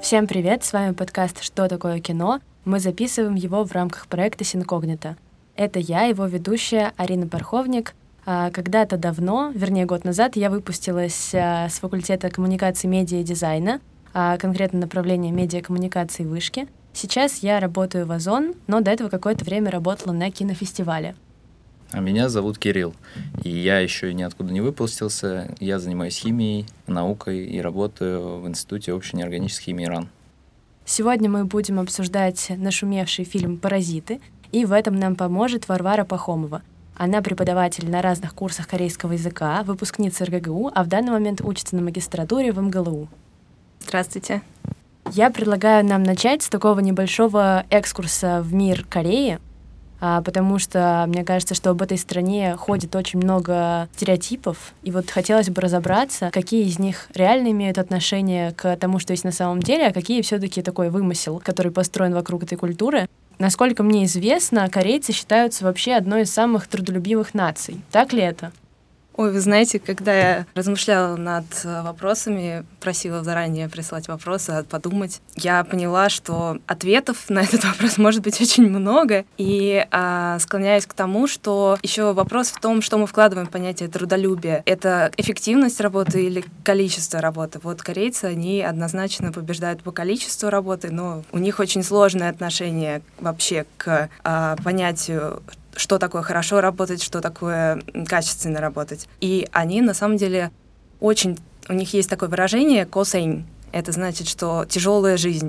Всем привет, с вами подкаст «Что такое кино?». Мы записываем его в рамках проекта «Синкогнито». Это я, его ведущая Арина Парховник. Когда-то давно, вернее год назад, я выпустилась с факультета коммуникации, медиа и дизайна, конкретно направление медиакоммуникации вышки. Сейчас я работаю в Озон, но до этого какое-то время работала на кинофестивале. А меня зовут Кирилл, и я еще ниоткуда не выпустился. Я занимаюсь химией, наукой и работаю в Институте общей неорганической химии РАН. Сегодня мы будем обсуждать нашумевший фильм «Паразиты», и в этом нам поможет Варвара Пахомова. Она преподаватель на разных курсах корейского языка, выпускница РГГУ, а в данный момент учится на магистратуре в МГЛУ. Здравствуйте. Я предлагаю нам начать с такого небольшого экскурса в мир Кореи, потому что мне кажется, что об этой стране ходит очень много стереотипов, и вот хотелось бы разобраться, какие из них реально имеют отношение к тому, что есть на самом деле, а какие все-таки такой вымысел, который построен вокруг этой культуры. Насколько мне известно, корейцы считаются вообще одной из самых трудолюбивых наций. Так ли это? Ой, вы знаете, когда я размышляла над вопросами, просила заранее прислать вопросы, подумать, я поняла, что ответов на этот вопрос может быть очень много, и склоняюсь к тому, что еще вопрос в том, что мы вкладываем в понятие трудолюбия. Это эффективность работы или количество работы? Вот корейцы, они однозначно побеждают по количеству работы, но у них очень сложное отношение вообще к понятию, что такое хорошо работать, что такое качественно работать. И они, на самом деле, у них есть такое выражение «косейн». Это значит, что тяжелая жизнь.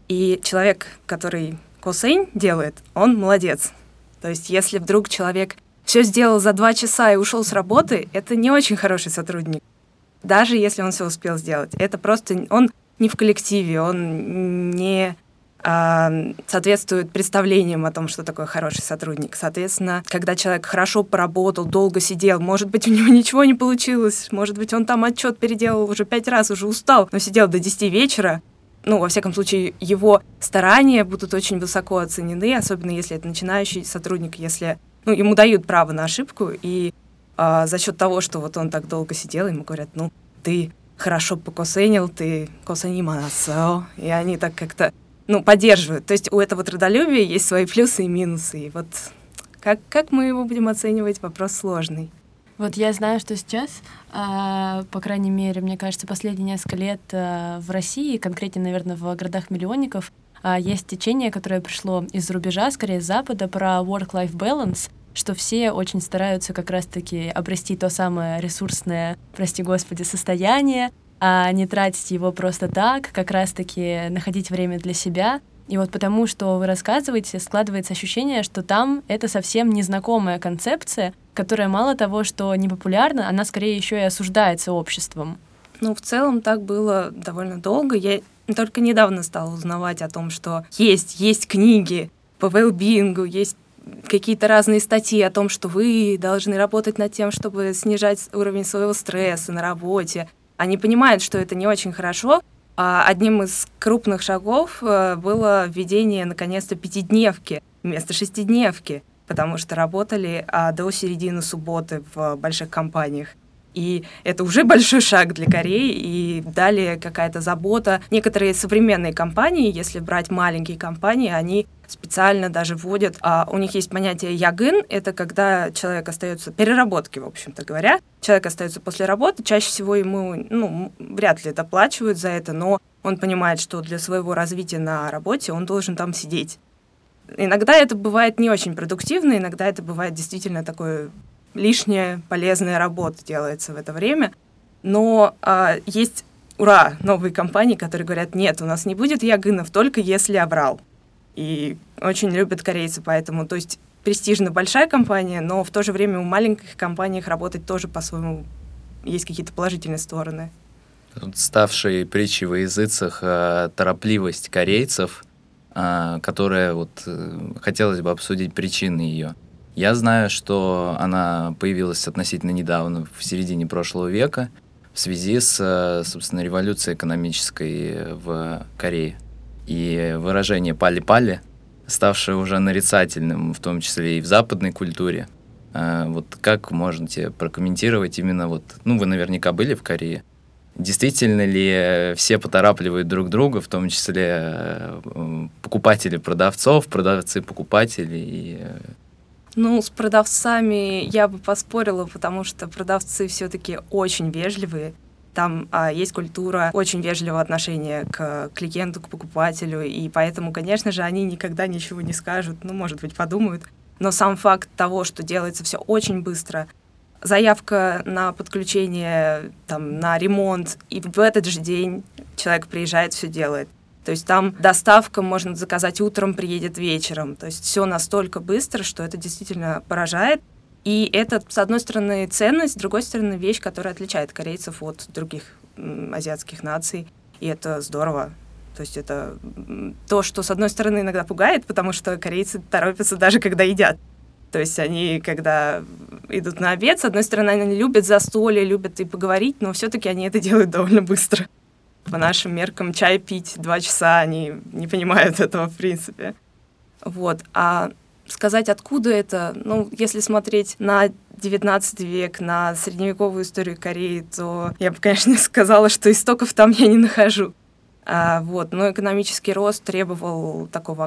И человек, который косейн делает, он молодец. То есть если вдруг человек все сделал за 2 часа и ушел с работы, это не очень хороший сотрудник. Даже если он все успел сделать. Это просто он не в коллективе, он не соответствует представлениям о том, что такое хороший сотрудник. Соответственно, когда человек хорошо поработал, долго сидел, может быть, у него ничего не получилось, может быть, он там отчет переделал уже 5 раз, уже устал, но сидел до 10 вечера, во всяком случае, его старания будут очень высоко оценены, особенно если это начинающий сотрудник, если ему дают право на ошибку, и за счет того, что вот он так долго сидел, ему говорят, ты хорошо покосенил, ты косенимасо, и они так как-то поддерживают. То есть у этого трудолюбия есть свои плюсы и минусы. И вот как мы его будем оценивать, вопрос сложный. Вот я знаю, что сейчас, по крайней мере, мне кажется, последние несколько лет в России, конкретно, наверное, в городах-миллионников, есть течение, которое пришло из-за рубежа, скорее с Запада, про work-life balance, что все очень стараются как раз-таки обрести то самое ресурсное, прости господи, состояние, а не тратить его просто так, как раз-таки находить время для себя. И вот потому, что вы рассказываете, складывается ощущение, что там это совсем незнакомая концепция, которая мало того, что не популярна, она скорее еще и осуждается обществом. В целом так было довольно долго. Я только недавно стала узнавать о том, что есть книги по well-being, есть какие-то разные статьи о том, что вы должны работать над тем, чтобы снижать уровень своего стресса на работе. Они понимают, что это не очень хорошо. Одним из крупных шагов было введение, наконец-то, 5-дневки вместо 6-дневки, потому что работали до середины субботы в больших компаниях. И это уже большой шаг для Кореи, и далее какая-то забота. Некоторые современные компании, если брать маленькие компании, они специально даже вводят, у них есть понятие ягын, это когда человек остается, переработки, в общем-то говоря, человек остается после работы, чаще всего ему, вряд ли доплачивают за это, но он понимает, что для своего развития на работе он должен там сидеть. Иногда это бывает не очень продуктивно, иногда это бывает действительно такое лишняя полезная работа делается в это время, но есть, новые компании, которые говорят, нет, у нас не будет ягынов, только если аврал. И очень любят корейцы, поэтому, то есть престижно большая компания, но в то же время у маленьких компаний работать тоже по-своему есть какие-то положительные стороны. Ставшей притчей во языцах торопливость корейцев, которая хотелось бы обсудить причины ее. Я знаю, что она появилась относительно недавно, в середине прошлого века, в связи с, собственно, революцией экономической в Корее. И выражение «пали-пали», ставшее уже нарицательным, в том числе и в западной культуре. Как можете прокомментировать именно вы наверняка были в Корее, действительно ли все поторапливают друг друга, в том числе покупатели продавцов, продавцы покупателей? Ну, с продавцами я бы поспорила, потому что продавцы все-таки очень вежливые. Там есть культура очень вежливого отношения к клиенту, к покупателю, и поэтому, конечно же, они никогда ничего не скажут, ну, может быть, подумают. Но сам факт того, что делается все очень быстро, заявка на подключение, там, на ремонт, и в этот же день человек приезжает, все делает. То есть там доставка можно заказать утром, приедет вечером. То есть все настолько быстро, что это действительно поражает. И это, с одной стороны, ценность, с другой стороны, вещь, которая отличает корейцев от других азиатских наций. И это здорово. То есть это то, что, с одной стороны, иногда пугает, потому что корейцы торопятся даже, когда едят. То есть они, когда идут на обед, с одной стороны, они любят застолье, любят и поговорить, но все-таки они это делают довольно быстро. По нашим меркам чай пить 2 часа, они не понимают этого в принципе. Вот. А сказать, откуда это, ну, если смотреть на 19 век, на средневековую историю Кореи, то я бы, конечно, сказала, что истоков там я не нахожу. Вот. Но экономический рост требовал такого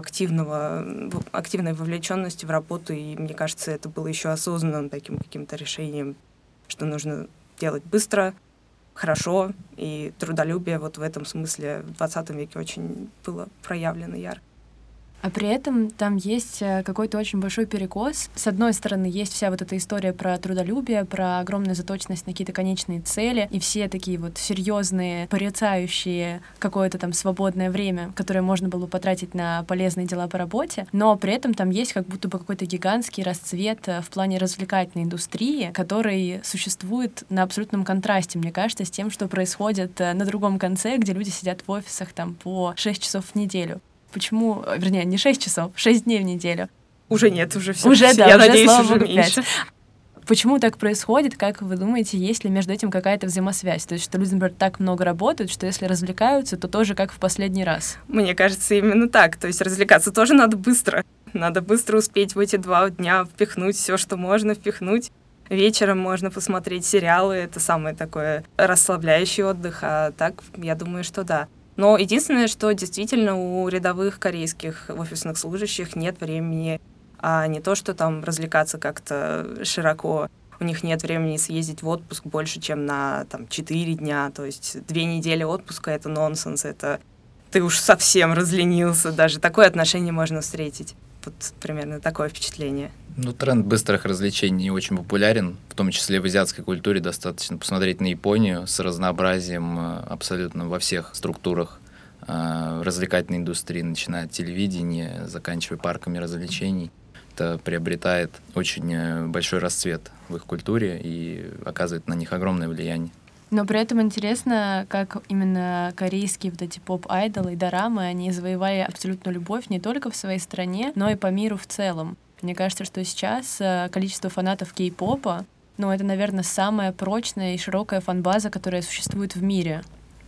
активной вовлеченности в работу, и мне кажется, это было еще осознанным таким каким-то решением, что нужно делать быстро, хорошо, и трудолюбие вот в этом смысле в 20 веке очень было проявлено ярко. А при этом там есть какой-то очень большой перекос. С одной стороны, есть вся вот эта история про трудолюбие, про огромную заточенность на какие-то конечные цели, и все такие вот серьезные, порицающие какое-то там свободное время, которое можно было бы потратить на полезные дела по работе. Но при этом там есть как будто бы какой-то гигантский расцвет в плане развлекательной индустрии, который существует на абсолютном контрасте, мне кажется, с тем, что происходит на другом конце, где люди сидят в офисах там по 6 часов в неделю. Почему, вернее, не 6 часов, 6 дней в неделю. Уже нет, уже все. Уже, да, я уже, надеюсь, слава уже богу, меньше. 5. Почему так происходит? Как вы думаете, есть ли между этим какая-то взаимосвязь? То есть, что люди, например, так много работают, что если развлекаются, то тоже как в последний раз? Мне кажется, именно так. То есть развлекаться тоже надо быстро. Надо быстро успеть в эти 2 дня впихнуть все, что можно впихнуть. Вечером можно посмотреть сериалы, это самый такой расслабляющий отдых, а так, я думаю, что да. Но единственное, что действительно у рядовых корейских офисных служащих нет времени, а не то, что там развлекаться как-то широко. У них нет времени съездить в отпуск больше, чем на там, 4 дня. То есть 2 недели отпуска — это нонсенс, это ты уж совсем разленился. Даже такое отношение можно встретить. Вот примерно такое впечатление. Ну, тренд быстрых развлечений очень популярен, в том числе в азиатской культуре. Достаточно посмотреть на Японию с разнообразием абсолютно во всех структурах развлекательной индустрии, начиная от телевидения, заканчивая парками развлечений. Это приобретает очень большой расцвет в их культуре и оказывает на них огромное влияние. Но при этом интересно, как именно корейские вот эти поп-айдолы и дорамы, они завоевали абсолютную любовь не только в своей стране, но и по миру в целом. Мне кажется, что сейчас количество фанатов кей-попа, ну, это, наверное, самая прочная и широкая фан-база, которая существует в мире.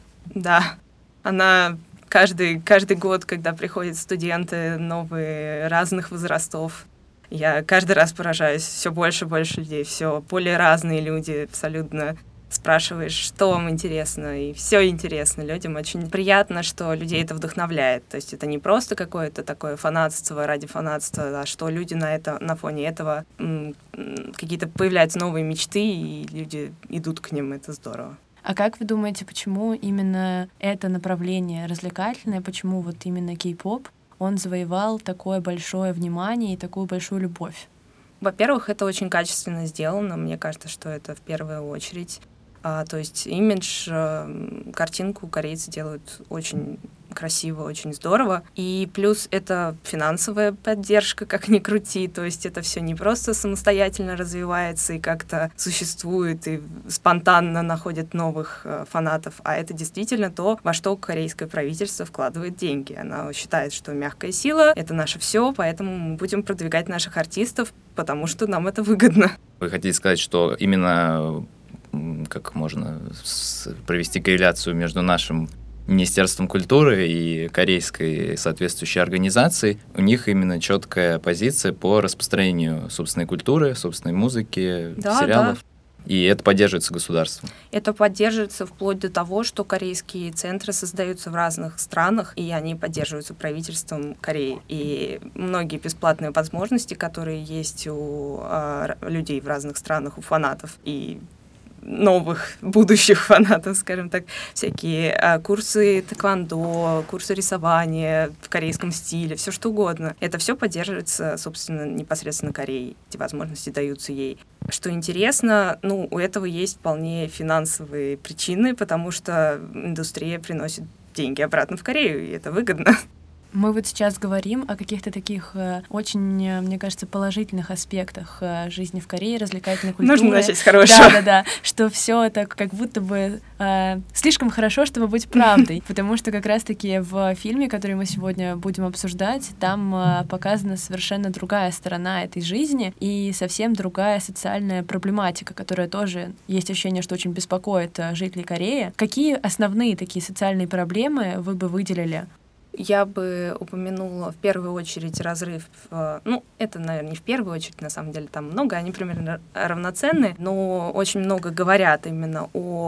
Да, она каждый год, когда приходят студенты новые, разных возрастов, я каждый раз поражаюсь. Все больше и больше людей, все более разные люди абсолютно. Спрашиваешь, что вам интересно, и все интересно людям. Очень приятно, что людей это вдохновляет. То есть это не просто какое-то такое фанатство ради фанатства, а что люди на фоне этого какие-то появляются новые мечты, и люди идут к ним. Это здорово. А как вы думаете, почему именно это направление развлекательное, почему вот именно кей-поп, он завоевал такое большое внимание и такую большую любовь? Во-первых, это очень качественно сделано. Мне кажется, что это в первую очередь. То есть имидж, картинку корейцы делают очень красиво, очень здорово. И плюс это финансовая поддержка, как ни крути. То есть это все не просто самостоятельно развивается и как-то существует, и спонтанно находит новых фанатов, а это действительно то, во что корейское правительство вкладывает деньги. Оно считает, что мягкая сила — это наше все, поэтому мы будем продвигать наших артистов, потому что нам это выгодно. Вы хотите сказать, что именно как можно провести корреляцию между нашим Министерством культуры и корейской соответствующей организацией? У них именно четкая позиция по распространению собственной культуры, собственной музыки, сериалов. И это поддерживается государством. Это поддерживается вплоть до того, что корейские центры создаются в разных странах, и они поддерживаются правительством Кореи. И многие бесплатные возможности, которые есть у людей в разных странах, у фанатов и новых будущих фанатов, скажем так, всякие курсы тэквондо, курсы рисования в корейском стиле, все что угодно. Это все поддерживается, собственно, непосредственно Кореей. Эти возможности даются ей. Что интересно, у этого есть вполне финансовые причины, потому что индустрия приносит деньги обратно в Корею, и это выгодно. Мы вот сейчас говорим о каких-то таких очень, мне кажется, положительных аспектах жизни в Корее, развлекательной культуры. Нужно начать с хорошего. Да, что все это как будто бы слишком хорошо, чтобы быть правдой, потому что как раз-таки в фильме, который мы сегодня будем обсуждать, там показана совершенно другая сторона этой жизни и совсем другая социальная проблематика, которая тоже есть ощущение, что очень беспокоит жителей Кореи. Какие основные такие социальные проблемы вы бы выделили? Я бы упомянула в первую очередь разрыв, это, наверное, не в первую очередь, на самом деле там много, они примерно равноценны, но очень много говорят именно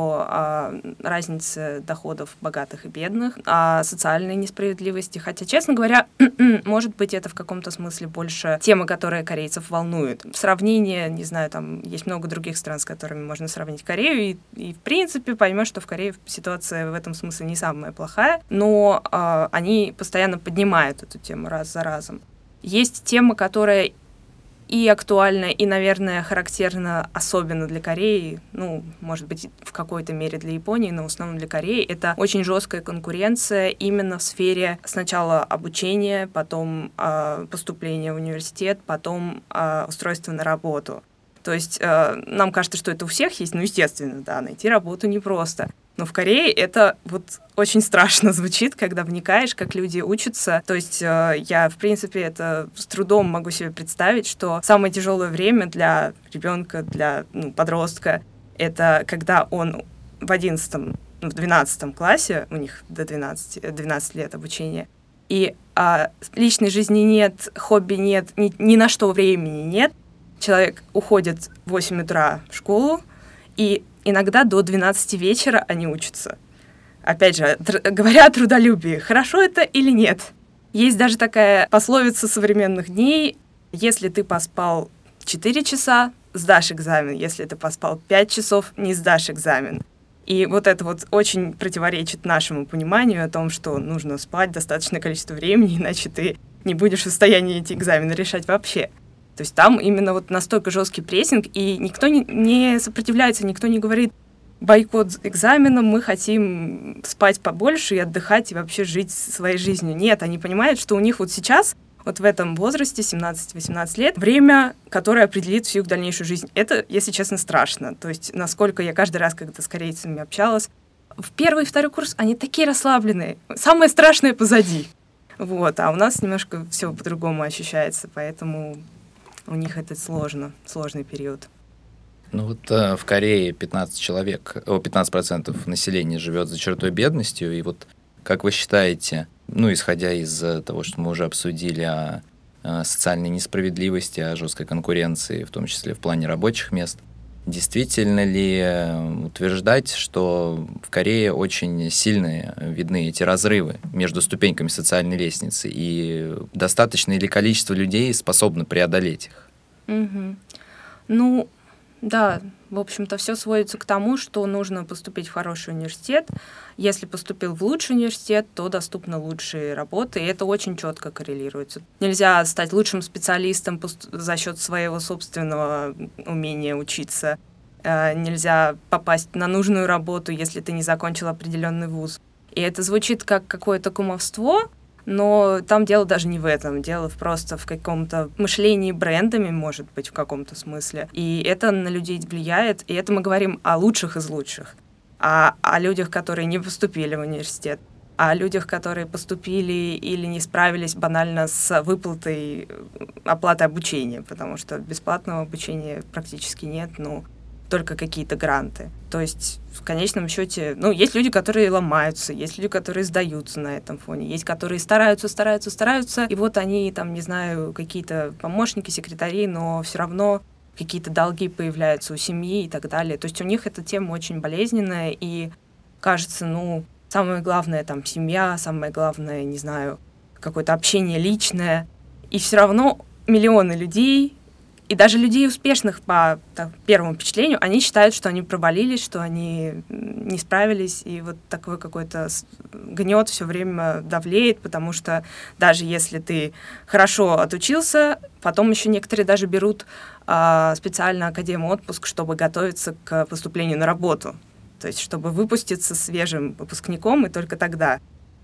о разнице доходов богатых и бедных, о социальной несправедливости, хотя, честно говоря, может быть, это в каком-то смысле больше тема, которая корейцев волнует. Сравнение, не знаю, там есть много других стран, с которыми можно сравнить Корею, и в принципе поймешь, что в Корее ситуация в этом смысле не самая плохая, но они постоянно поднимают эту тему раз за разом. Есть тема, которая и актуальна, и, наверное, характерна особенно для Кореи, может быть, в какой-то мере для Японии, но в основном для Кореи. Это очень жесткая конкуренция именно в сфере сначала обучения, потом поступления в университет, потом устройства на работу. То есть нам кажется, что это у всех есть, естественно, да, найти работу непросто. Но в Корее это очень страшно звучит, когда вникаешь, как люди учатся. То есть я, в принципе, это с трудом могу себе представить, что самое тяжелое время для ребенка, для подростка, это когда он в 12 классе, у них до 12 лет обучения, и личной жизни нет, хобби нет, ни на что времени нет. Человек уходит в 8 утра в школу, и иногда до 12 вечера они учатся. Опять же, говоря о трудолюбии, хорошо это или нет? Есть даже такая пословица современных дней: если ты поспал 4 часа, сдашь экзамен, если ты поспал 5 часов, не сдашь экзамен. И это очень противоречит нашему пониманию о том, что нужно спать достаточное количество времени, иначе ты не будешь в состоянии эти экзамены решать вообще. То есть там именно настолько жесткий прессинг, и никто не сопротивляется, никто не говорит: бойкот экзаменам, мы хотим спать побольше и отдыхать, и вообще жить своей жизнью. Нет, они понимают, что у них сейчас, в этом возрасте, 17-18 лет, время, которое определит всю их дальнейшую жизнь. Это, если честно, страшно. То есть, насколько я каждый раз, когда с корейцами общалась, в первый и второй курс они такие расслабленные. Самое страшное позади. А у нас немножко все по-другому ощущается, поэтому у них это сложный период. В Корее 15% населения живет за чертой бедности, и как вы считаете, исходя из того, что мы уже обсудили о социальной несправедливости, о жесткой конкуренции, в том числе в плане рабочих мест, действительно ли утверждать, что в Корее очень сильно видны эти разрывы между ступеньками социальной лестницы, и достаточно ли количество людей способно преодолеть их? Да, в общем-то, все сводится к тому, что нужно поступить в хороший университет. Если поступил в лучший университет, то доступны лучшие работы, и это очень четко коррелируется. Нельзя стать лучшим специалистом за счет своего собственного умения учиться. Нельзя попасть на нужную работу, если ты не закончил определенный вуз. И это звучит как какое-то кумовство, но там дело даже не в этом. Дело просто в каком-то мышлении брендами, может быть, в каком-то смысле. И это на людей влияет. И это мы говорим о лучших из лучших. О людях, которые не поступили в университет. О людях, которые поступили или не справились банально с выплатой оплаты обучения. Потому что бесплатного обучения практически нет, только какие-то гранты. То есть, в конечном счете, есть люди, которые ломаются, есть люди, которые сдаются на этом фоне, есть, которые стараются, и они, какие-то помощники, секретари, но все равно какие-то долги появляются у семьи и так далее. То есть у них эта тема очень болезненная, и кажется, самое главное там семья, самое главное, не знаю, какое-то общение личное. И все равно миллионы людей, и даже людей успешных по первому впечатлению, они считают, что они провалились, что они не справились, и вот такой какой-то гнет все время давлеет, потому что даже если ты хорошо отучился, потом еще некоторые даже берут специально академ-отпуск, чтобы готовиться к поступлению на работу. То есть чтобы выпуститься свежим выпускником и только тогда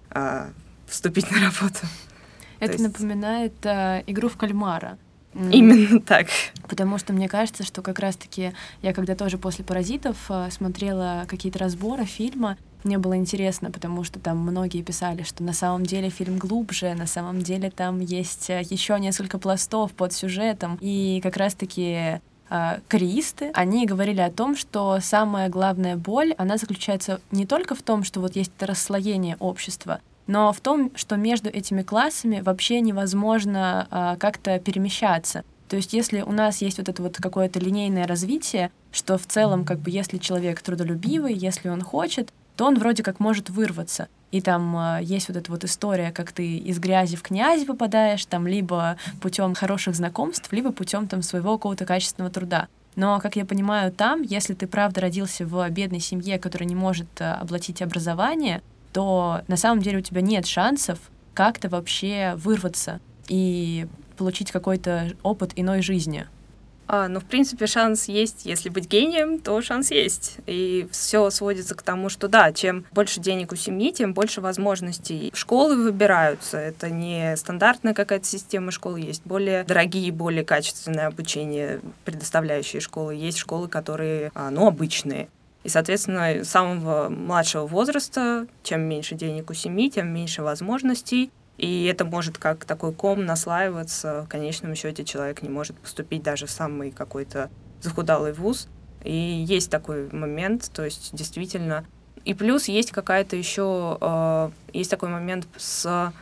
вступить на работу. Это напоминает игру в кальмара. Именно так. Потому что мне кажется, что как раз-таки я когда тоже после «Паразитов» смотрела какие-то разборы фильма, мне было интересно, потому что там многие писали, что на самом деле фильм глубже, на самом деле там есть еще несколько пластов под сюжетом. И как раз-таки кореисты, они говорили о том, что самая главная боль, она заключается не только в том, что вот есть это расслоение общества, но в том, что между этими классами вообще невозможно как-то перемещаться. То есть если у нас есть вот это вот какое-то линейное развитие, что в целом, как бы, если человек трудолюбивый, если он хочет, то он вроде как может вырваться. И там есть вот эта вот история, как ты из грязи в князи попадаешь, там либо путем хороших знакомств, либо путем там своего какого-то качественного труда. Но, как я понимаю, там, если ты правда родился в бедной семье, которая не может оплатить образование, то на самом деле у тебя нет шансов как-то вообще вырваться и получить какой-то опыт иной жизни. В принципе, шанс есть. Если быть гением, то шанс есть. И все сводится к тому, что да, чем больше денег у семьи, тем больше возможностей. Школы выбираются. Это не стандартная какая-то система школ. Есть более дорогие, более качественное обучение, предоставляющие школы. Есть школы, которые, обычные. И, соответственно, с самого младшего возраста, чем меньше денег у семьи, тем меньше возможностей. И это может как такой ком наслаиваться. В конечном счете человек не может поступить даже в самый какой-то захудалый вуз. И есть такой момент, то есть действительно. И плюс есть какая-то еще, есть такой момент с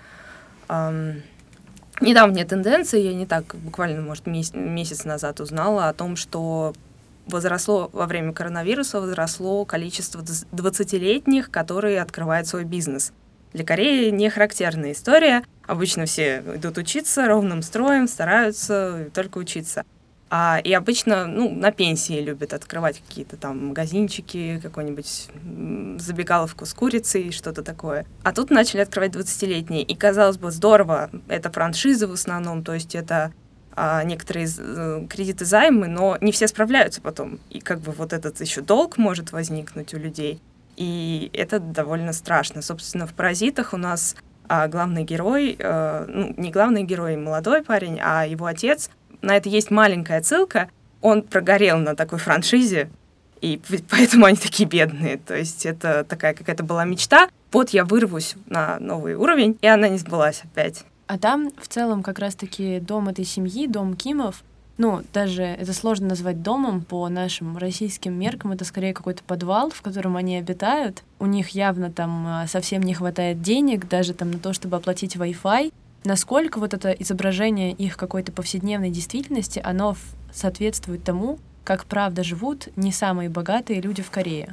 недавняя тенденция, я не так, буквально, может, месяц назад узнала о том, что во время коронавируса возросло количество 20-летних, которые открывают свой бизнес. Для Кореи не характерная история. Обычно все идут учиться ровным строем, стараются только учиться. И обычно на пенсии любят открывать какие-то там магазинчики, какую-нибудь забегаловку с курицей, что-то такое. А тут начали открывать 20-летние. И, казалось бы, здорово. Это франшизы в основном, то есть это некоторые кредиты, займы, но не все справляются потом. И как бы вот этот еще долг может возникнуть у людей. И это довольно страшно. Собственно, в «Паразитах» у нас главный герой, не главный герой, молодой парень, а его отец. На это есть маленькая отсылка. Он прогорел на такой франшизе, и поэтому они такие бедные. То есть это такая какая-то была мечта. Вот я вырвусь на новый уровень, и она не сбылась опять. А там в целом как раз-таки дом этой семьи, дом Кимов, даже это сложно назвать домом по нашим российским меркам, это скорее какой-то подвал, в котором они обитают. У них явно там совсем не хватает денег, даже там на то, чтобы оплатить Wi-Fi. Насколько вот это изображение их какой-то повседневной действительности, оно соответствует тому, как правда живут не самые богатые люди в Корее?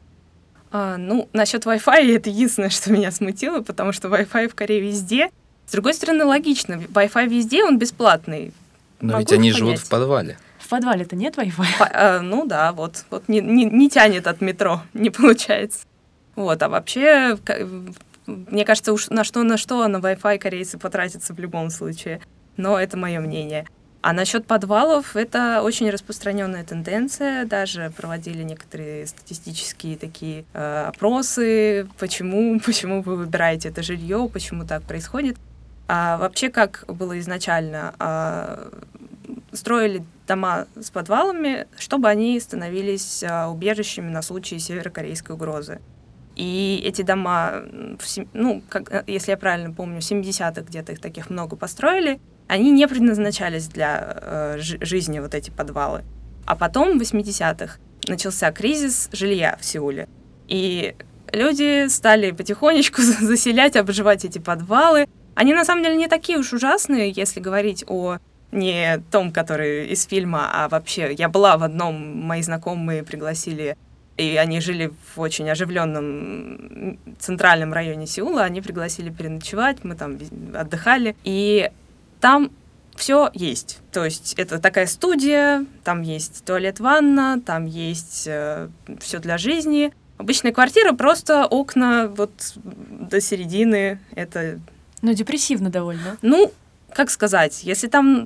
Насчет Wi-Fi это единственное, что меня смутило, потому что Wi-Fi в Корее везде. С другой стороны, логично, Wi-Fi везде, он бесплатный. Но ведь они живут в подвале. В подвале-то нет Wi-Fi? Да, вот не тянет от метро, не получается. А вообще, мне кажется, уж на что на Wi-Fi корейцы потратятся в любом случае. Но это мое мнение. А насчет подвалов, это очень распространенная тенденция. Даже проводили некоторые статистические такие опросы, почему вы выбираете это жилье, почему так происходит. А вообще, как было изначально, строили дома с подвалами, чтобы они становились убежищами на случай северокорейской угрозы. И эти дома, если я правильно помню, в 70-х где-то их таких много построили, они не предназначались для жизни, вот эти подвалы. А потом, в 80-х, начался кризис жилья в Сеуле. И люди стали потихонечку заселять, обживать эти подвалы. Они, на самом деле, не такие уж ужасные, если говорить о не том, который из фильма, а вообще я была в одном, мои знакомые пригласили, и они жили в очень оживленном центральном районе Сеула, они пригласили переночевать, мы там отдыхали, и там все есть. То есть это такая студия, там есть туалет-ванна, там есть все для жизни. Обычная квартира, просто окна вот до середины. Это... Ну, депрессивно довольно. Ну, как сказать, если там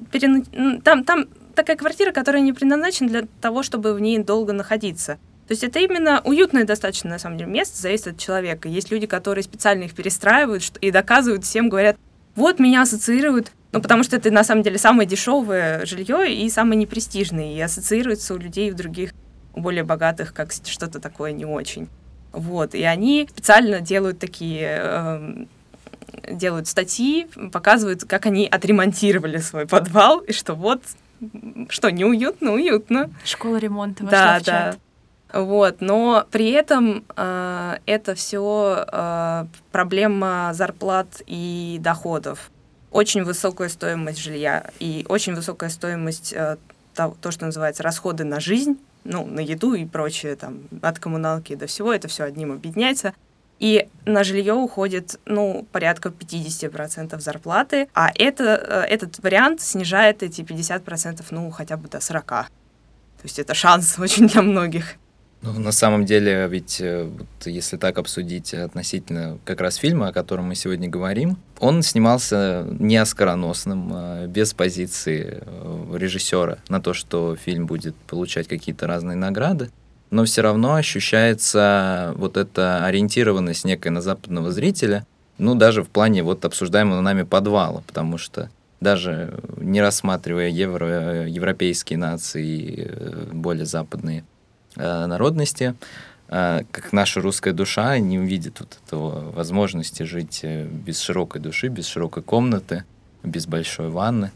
такая квартира, которая не предназначена для того, чтобы в ней долго находиться. То есть это именно уютное достаточно, на самом деле, место, зависит от человека. Есть люди, которые специально их перестраивают и доказывают всем, говорят, вот меня ассоциируют, ну, потому что это, на самом деле, самое дешевое жилье и самое непрестижное, и ассоциируется у людей, у других, у более богатых, как что-то такое не очень. Вот, и они специально делают такие... делают статьи, показывают, как они отремонтировали свой подвал, и что вот, что неуютно, уютно. Школа ремонта вошла в чат. Вот, но при этом это все проблема зарплат и доходов. Очень высокая стоимость жилья и очень высокая стоимость то, что называется расходы на жизнь, ну, на еду и прочее, там, от коммуналки до всего, это все одним объединяется. И на жилье уходит, ну, порядка 50% зарплаты, а этот вариант снижает эти 50%, ну, хотя бы до 40%. То есть это шанс очень для многих. Ну, на самом деле, ведь вот, если так обсудить относительно как раз фильма, о котором мы сегодня говорим, он снимался не оскароносным, без позиции режиссера на то, что фильм будет получать какие-то разные награды, но все равно ощущается вот эта ориентированность некая на западного зрителя, ну, даже в плане вот обсуждаемого нами подвала, потому что даже не рассматривая европейские нации, более западные народности, как наша русская душа не увидит вот этого возможности жить без широкой души, без широкой комнаты, без большой ванны.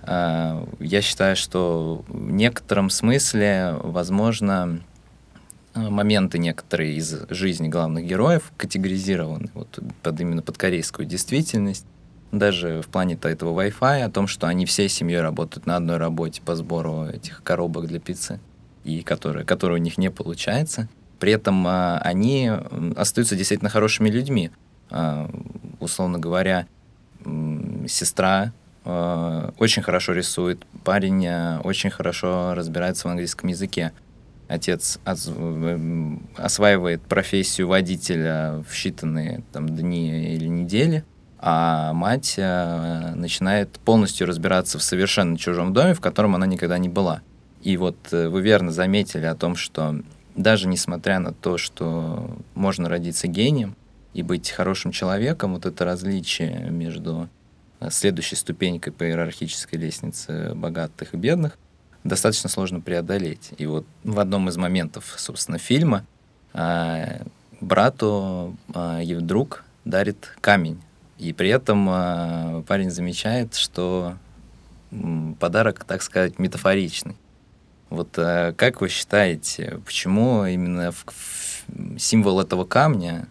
Я считаю, что в некотором смысле, возможно, моменты некоторые из жизни главных героев категоризированы вот именно под корейскую действительность. Даже в плане этого Wi-Fi, о том, что они всей семьей работают на одной работе по сбору этих коробок для пиццы, и которая у них не получается. При этом они остаются действительно хорошими людьми. Условно говоря, сестра очень хорошо рисует, парень очень хорошо разбирается в английском языке. Отец осваивает профессию водителя в считанные там, дни или недели, а мать начинает полностью разбираться в совершенно чужом доме, в котором она никогда не была. И вот вы верно заметили о том, что даже несмотря на то, что можно родиться гением и быть хорошим человеком, вот это различие между следующей ступенькой по иерархической лестнице богатых и бедных достаточно сложно преодолеть. И вот в одном из моментов, собственно, фильма брату друг дарит камень. И при этом парень замечает, что подарок, так сказать, метафоричный. Вот как вы считаете, почему именно символ этого камня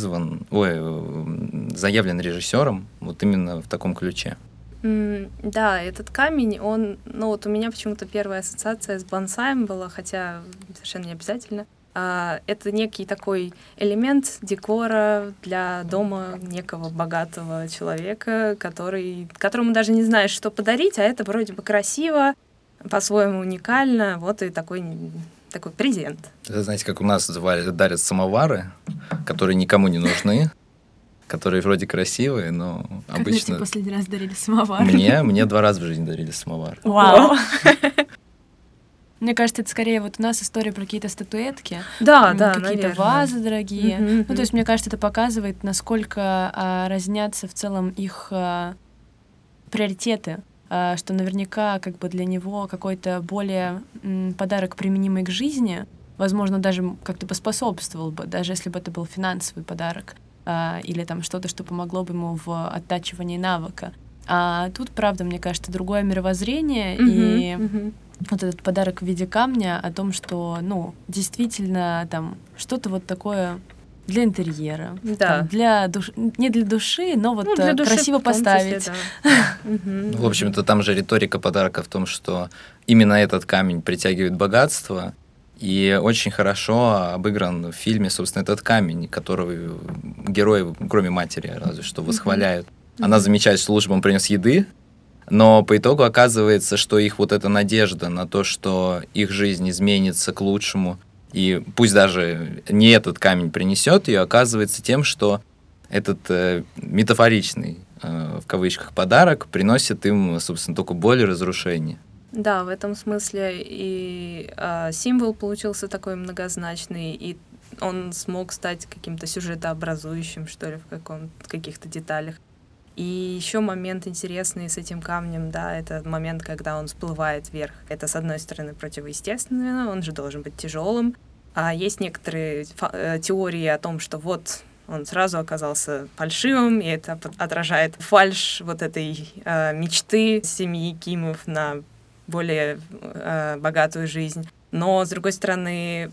заявлен режиссером вот именно в таком ключе? Да, этот камень, он, ну вот у меня почему-то первая ассоциация с бонсаем была, хотя совершенно не обязательно. Это некий такой элемент декора для дома некого богатого человека, которому даже не знаешь, что подарить, а это вроде бы красиво, по-своему уникально, вот и такой презент. Это, знаете, как у нас дарят самовары, которые никому не нужны, которые вроде красивые, но обычно... Когда тебе последний раз дарили самовар? Мне 2 раза в жизни дарили самовар. Вау! Мне кажется, это скорее вот у нас история про какие-то статуэтки, какие-то наверное. вазы дорогие. Ну, то есть, мне кажется, это показывает, насколько разнятся в целом их приоритеты, что наверняка как бы для него какой-то более подарок, применимый к жизни, возможно, даже как-то поспособствовал бы, даже если бы это был финансовый подарок или там что-то, что помогло бы ему в оттачивании навыка. А тут, правда, мне кажется, другое мировоззрение, и вот этот подарок в виде камня о том, что, ну, действительно, там, что-то вот такое для интерьера, Да. не для души, но вот Для души красиво в том числе, поставить. да. Ну, в общем-то, там же риторика подарка в том, что именно этот камень притягивает богатство, и очень хорошо обыгран в фильме, собственно, этот камень, которого герои, кроме матери, разве что, восхваляют. Она замечает, что лучше бы он принес еды, но по итогу оказывается, что их вот эта надежда на то, что их жизнь изменится к лучшему, и пусть даже не этот камень принесет ее, оказывается тем, что этот метафоричный, в кавычках, подарок приносит им, собственно, только боль и разрушение. Да, в этом смысле и символ получился такой многозначный, и он смог стать каким-то сюжетообразующим, что ли, в каких-то деталях. И еще момент интересный с этим камнем, да, это момент, когда он всплывает вверх. Это, с одной стороны, противоестественно, он же должен быть тяжелым. А есть некоторые теории о том, что вот он сразу оказался фальшивым, и это отражает фальшь вот этой мечты семьи Кимов на более богатую жизнь. Но, с другой стороны,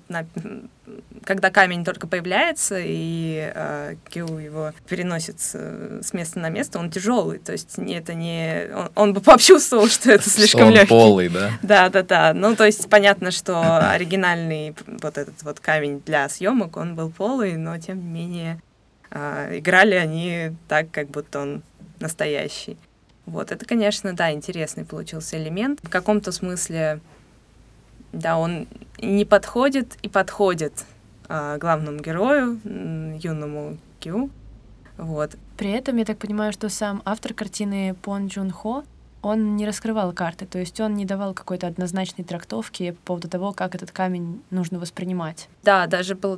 когда камень только появляется, и Кю его переносит с места на место, он тяжелый. То есть это не... Он бы почувствовал, что это слишком легкий. Что он полый, да? Да. Ну, то есть понятно, что оригинальный вот этот вот камень для съемок, он был полый, но, тем не менее, играли они так, как будто он настоящий. Вот, это, конечно, да, интересный получился элемент. В каком-то смысле... Да, он не подходит и подходит главному герою, юному Кю. Вот. При этом, я так понимаю, что сам автор картины Пон Джун Хо, он не раскрывал карты, то есть он не давал какой-то однозначной трактовки по поводу того, как этот камень нужно воспринимать. Да, даже была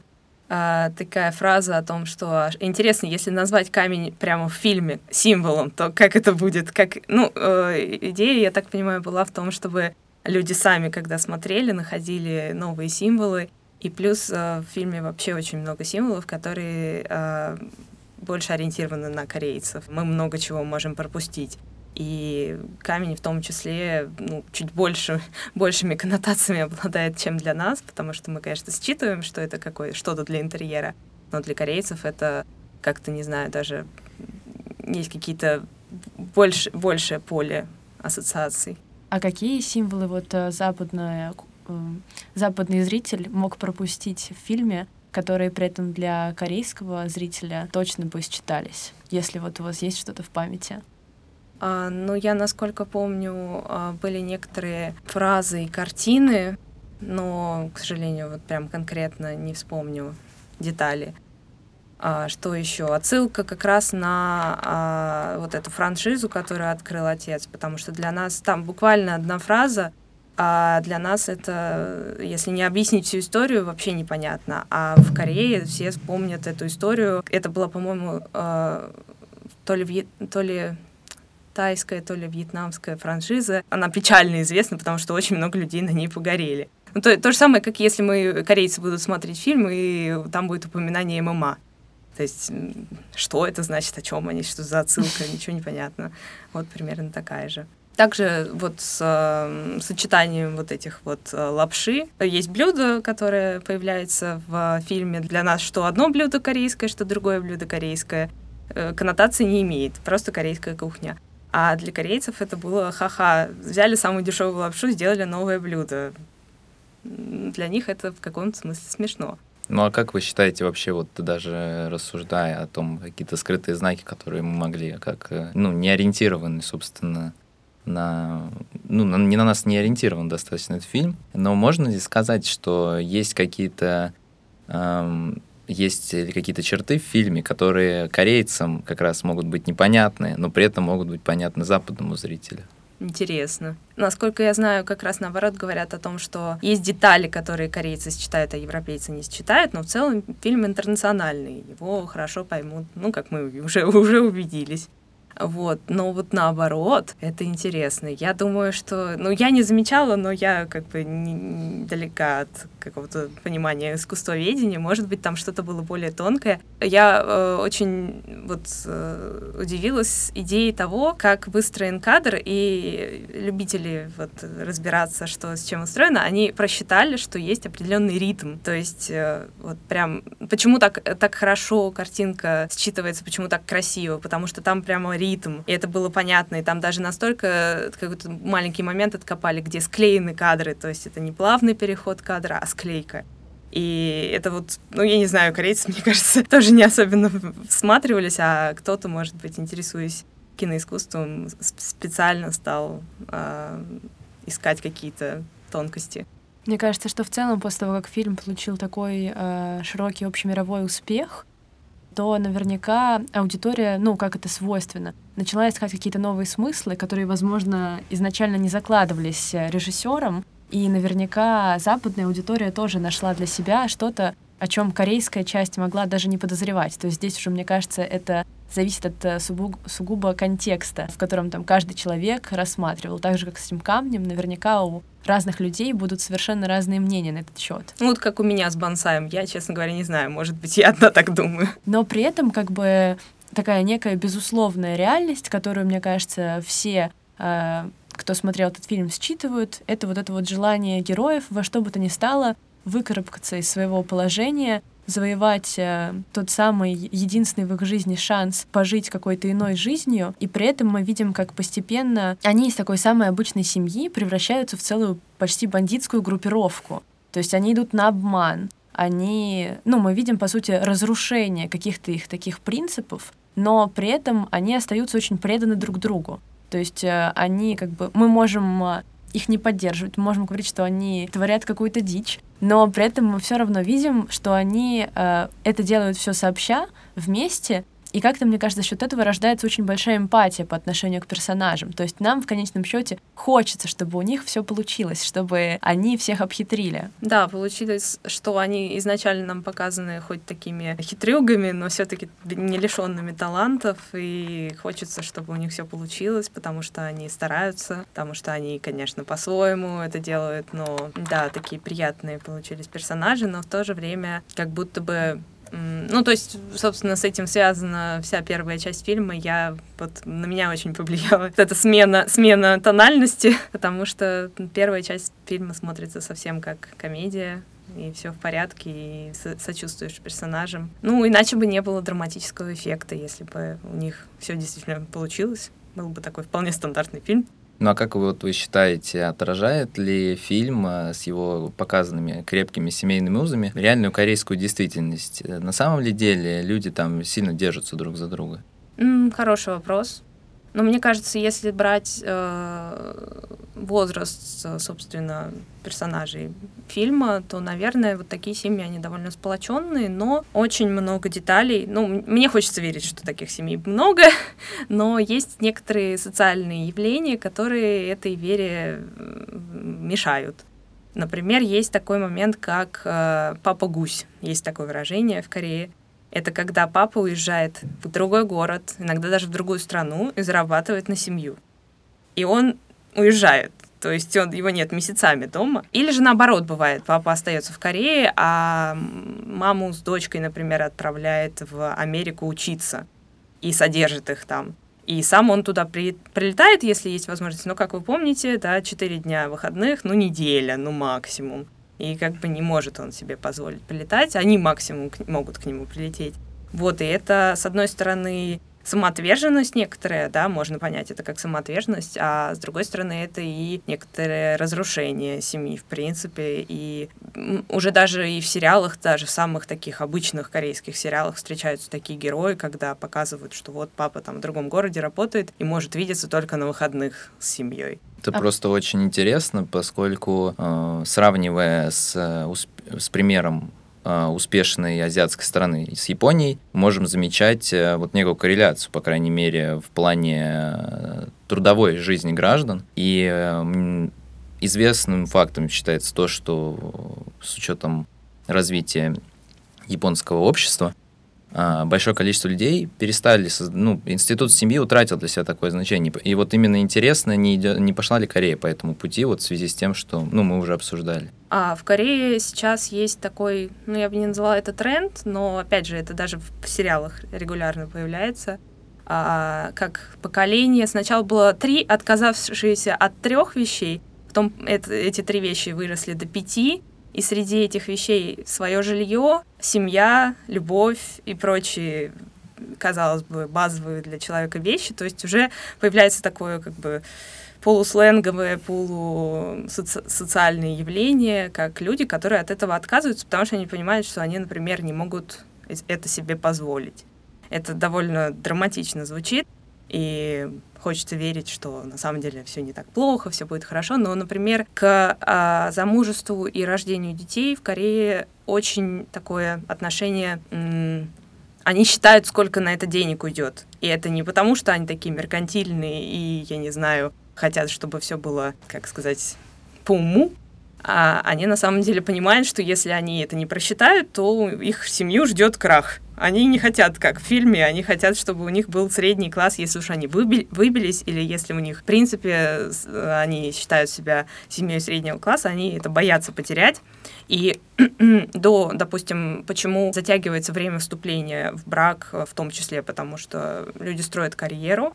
такая фраза о том, что интересно, если назвать камень прямо в фильме символом, то как это будет? Идея, я так понимаю, была в том, чтобы люди сами, когда смотрели, находили новые символы. И плюс в фильме вообще очень много символов, которые больше ориентированы на корейцев. Мы много чего можем пропустить. И камень в том числе чуть большими коннотациями обладает, чем для нас, потому что мы, конечно, считываем, что это что-то для интерьера, но для корейцев это как-то, не знаю, даже есть какие-то большее поле ассоциаций. А какие символы западный зритель мог пропустить в фильме, которые при этом для корейского зрителя точно бы считались, если вот у вас есть что-то в памяти? Я, насколько помню, были некоторые фразы и картины, но, к сожалению, вот прям конкретно не вспомню детали. Что еще? Отсылка как раз на вот эту франшизу, которую открыл отец, потому что для нас там буквально одна фраза, а для нас это, если не объяснить всю историю, вообще непонятно. А в Корее все вспомнят эту историю. Это была, по-моему, то ли тайская, то ли вьетнамская франшиза. Она печально известна, потому что очень много людей на ней погорели. То же самое, как если корейцы будут смотреть фильм, и там будет упоминание ММА. То есть, что это значит, о чем они, что за отсылка, ничего не понятно. Вот примерно такая же. Также вот с сочетанием вот этих вот лапши. Есть блюдо, которое появляется в фильме. Для нас что одно блюдо корейское, что другое блюдо корейское. Коннотации не имеет, просто корейская кухня. А для корейцев это было ха-ха. Взяли самую дешевую лапшу, сделали новое блюдо. Для них это в каком-то смысле смешно. Ну а как вы считаете вообще, вот даже рассуждая о том, какие-то скрытые знаки, которые мы могли, как, не ориентированы, собственно, не на нас не ориентирован достаточно этот фильм, но можно ли сказать, что есть какие-то черты в фильме, которые корейцам как раз могут быть непонятны, но при этом могут быть понятны западному зрителю? Интересно. Насколько я знаю, как раз наоборот говорят о том, что есть детали, которые корейцы считают, а европейцы не считают, но в целом фильм интернациональный, его хорошо поймут, как мы уже убедились. Вот. Но вот наоборот, это интересно. Я думаю, что... Ну, я не замечала, но я как бы далека от какого-то понимания искусствоведения. Может быть, там что-то было более тонкое. Я очень удивилась идеей того, как выстроен кадр, и любители разбираться, что с чем устроено, они просчитали, что есть определенный ритм. То есть прям... Почему так хорошо картинка считывается, почему так красиво? Потому что там прямо ритм, и это было понятно, и там даже настолько какой-то маленький момент откопали, где склеены кадры, то есть это не плавный переход кадра, а склейка. И это я не знаю, корейцы, мне кажется, тоже не особенно всматривались, а кто-то, может быть, интересуясь киноискусством, специально стал искать какие-то тонкости. Мне кажется, что в целом после того, как фильм получил такой широкий общемировой успех, то наверняка аудитория, как это свойственно, начала искать какие-то новые смыслы, которые, возможно, изначально не закладывались режиссером, и наверняка западная аудитория тоже нашла для себя что-то, о чем корейская часть могла даже не подозревать. То есть здесь уже, мне кажется, это зависит от сугубо контекста, в котором там каждый человек рассматривал. Так же, как с этим камнем, наверняка у разных людей будут совершенно разные мнения на этот счет. Вот как у меня с бонсаем. Я, честно говоря, не знаю. Может быть, я одна так думаю. Но при этом как бы такая некая безусловная реальность, которую, мне кажется, все, кто смотрел этот фильм, считывают, это это желание героев во что бы то ни стало выкарабкаться из своего положения, завоевать тот самый единственный в их жизни шанс пожить какой-то иной жизнью, и при этом мы видим, как постепенно они из такой самой обычной семьи превращаются в целую почти бандитскую группировку. То есть они идут на обман, мы видим, по сути, разрушение каких-то их таких принципов, но при этом они остаются очень преданы друг другу. То есть они мы можем их не поддерживать, мы можем говорить, что они творят какую-то дичь, но при этом мы все равно видим, что они это делают все сообща, вместе, и как-то, мне кажется, за счет этого рождается очень большая эмпатия по отношению к персонажам. То есть нам в конечном счете хочется, чтобы у них все получилось, чтобы они всех обхитрили. Да, получилось, что они изначально нам показаны хоть такими хитрюгами, но все-таки не лишенными талантов, и хочется, чтобы у них все получилось, потому что они стараются, потому что они, конечно, по-своему это делают, но да, такие приятные получились персонажи, но в то же время как будто бы то есть, собственно, с этим связана вся первая часть фильма. На меня очень повлияла эта смена тональности, потому что первая часть фильма смотрится совсем как комедия, и все в порядке, и сочувствуешь персонажам. Иначе бы не было драматического эффекта, если бы у них все действительно получилось. Был бы такой вполне стандартный фильм. А как вы считаете, отражает ли фильм с его показанными крепкими семейными узами реальную корейскую действительность? На самом ли деле люди там сильно держатся друг за друга? Хороший вопрос. Но мне кажется, если брать возраст, собственно, персонажей фильма, то, наверное, такие семьи, они довольно сплоченные, но очень много деталей. Мне хочется верить, что таких семей много, но есть некоторые социальные явления, которые этой вере мешают. Например, есть такой момент, как «папа-гусь». Есть такое выражение в Корее. Это когда папа уезжает в другой город, иногда даже в другую страну, и зарабатывает на семью. И он уезжает, то есть его нет месяцами дома. Или же наоборот бывает, папа остается в Корее, а маму с дочкой, например, отправляет в Америку учиться и содержит их там. И сам он туда прилетает, если есть возможность. Но, как вы помните, 4 дня выходных, неделя, максимум. И не может он себе позволить прилетать, они максимум могут к нему прилететь. И это, с одной стороны, самоотверженность некоторая, можно понять это как самоотверженность, а с другой стороны, это и некоторое разрушение семьи, в принципе. И уже даже и в сериалах, даже в самых таких обычных корейских сериалах встречаются такие герои, когда показывают, что папа там в другом городе работает и может видеться только на выходных с семьей. Это просто очень интересно, поскольку, сравнивая с примером успешной азиатской страны с Японией, можем замечать некую корреляцию, по крайней мере, в плане трудовой жизни граждан. И известным фактом считается то, что с учетом развития японского общества большое количество людей перестали, институт семьи утратил для себя такое значение. И вот именно интересно, не пошла ли Корея по этому пути, вот в связи с тем, что, мы уже обсуждали. В Корее сейчас есть такой, я бы не назвала это тренд, но, опять же, это даже в сериалах регулярно появляется, как поколение. Сначала было 3, отказавшиеся от 3 вещей, потом эти 3 вещи выросли до 5, и среди этих вещей свое жилье, семья, любовь и прочие, казалось бы, базовые для человека вещи. То есть уже появляется такое как бы полусленговое, полусоциальное явление, как люди, которые от этого отказываются, потому что они понимают, что они, например, не могут это себе позволить. Это довольно драматично звучит, и хочется верить, что на самом деле все не так плохо, все будет хорошо. Но, например, к замужеству и рождению детей в Корее очень такое отношение. Они считают, сколько на это денег уйдет. И это не потому, что они такие меркантильные и, я не знаю, хотят, чтобы все было, как сказать, по уму. А они на самом деле понимают, что если они это не просчитают, то их семью ждет крах. Они не хотят, как в фильме, они хотят, чтобы у них был средний класс, если уж они выбились, или если у них, в принципе, они считают себя семьей среднего класса, они это боятся потерять. И допустим, почему затягивается время вступления в брак, в том числе потому, что люди строят карьеру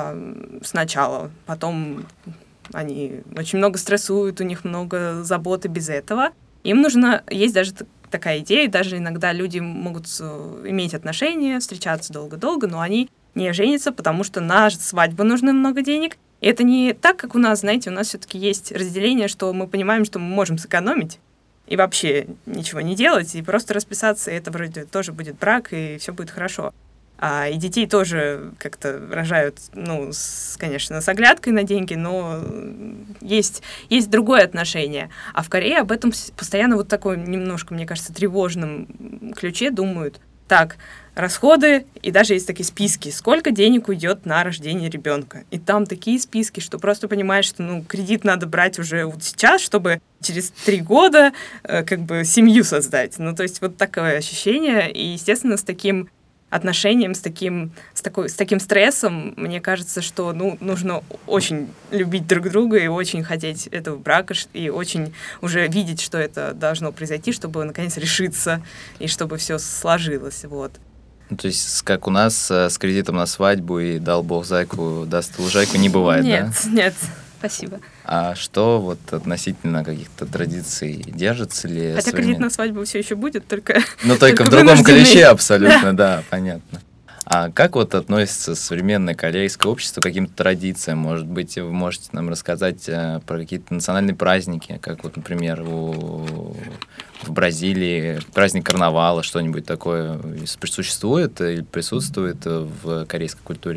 сначала, потом они очень много стрессуют, у них много заботы без этого. Им нужно, есть даже такая идея, даже иногда люди могут иметь отношения, встречаться долго-долго, но они не женятся, потому что на свадьбу нужно много денег. И это не так, как у нас, знаете, у нас все-таки есть разделение, что мы понимаем, что мы можем сэкономить и вообще ничего не делать, и просто расписаться, и это вроде тоже будет брак, и все будет хорошо. И детей тоже как-то рожают, конечно, с оглядкой на деньги, но есть другое отношение. А в Корее об этом постоянно вот такой немножко, мне кажется, тревожном ключе думают. Так, расходы, и даже есть такие списки, сколько денег уйдет на рождение ребенка. И там такие списки, что просто понимаешь, что кредит надо брать уже вот сейчас, чтобы через 3 года как бы семью создать. То есть вот такое ощущение, и, естественно, с таким отношением, с таким стрессом, мне кажется, что нужно очень любить друг друга и очень хотеть этого брака, и очень уже видеть, что это должно произойти, чтобы наконец решиться, и чтобы все сложилось. Вот. То есть, как у нас с кредитом на свадьбу и дал бог зайку, даст лужайку, не бывает, нет, да? Нет, спасибо. А что вот относительно каких-то традиций, держится ли? Хотя кредит на свадьбу все еще будет, только только в другом ключе абсолютно, да, понятно. А как вот относится современное корейское общество к каким-то традициям? Может быть, вы можете нам рассказать про какие-то национальные праздники, как вот, например, в Бразилии праздник карнавала, что-нибудь такое существует или присутствует в корейской культуре?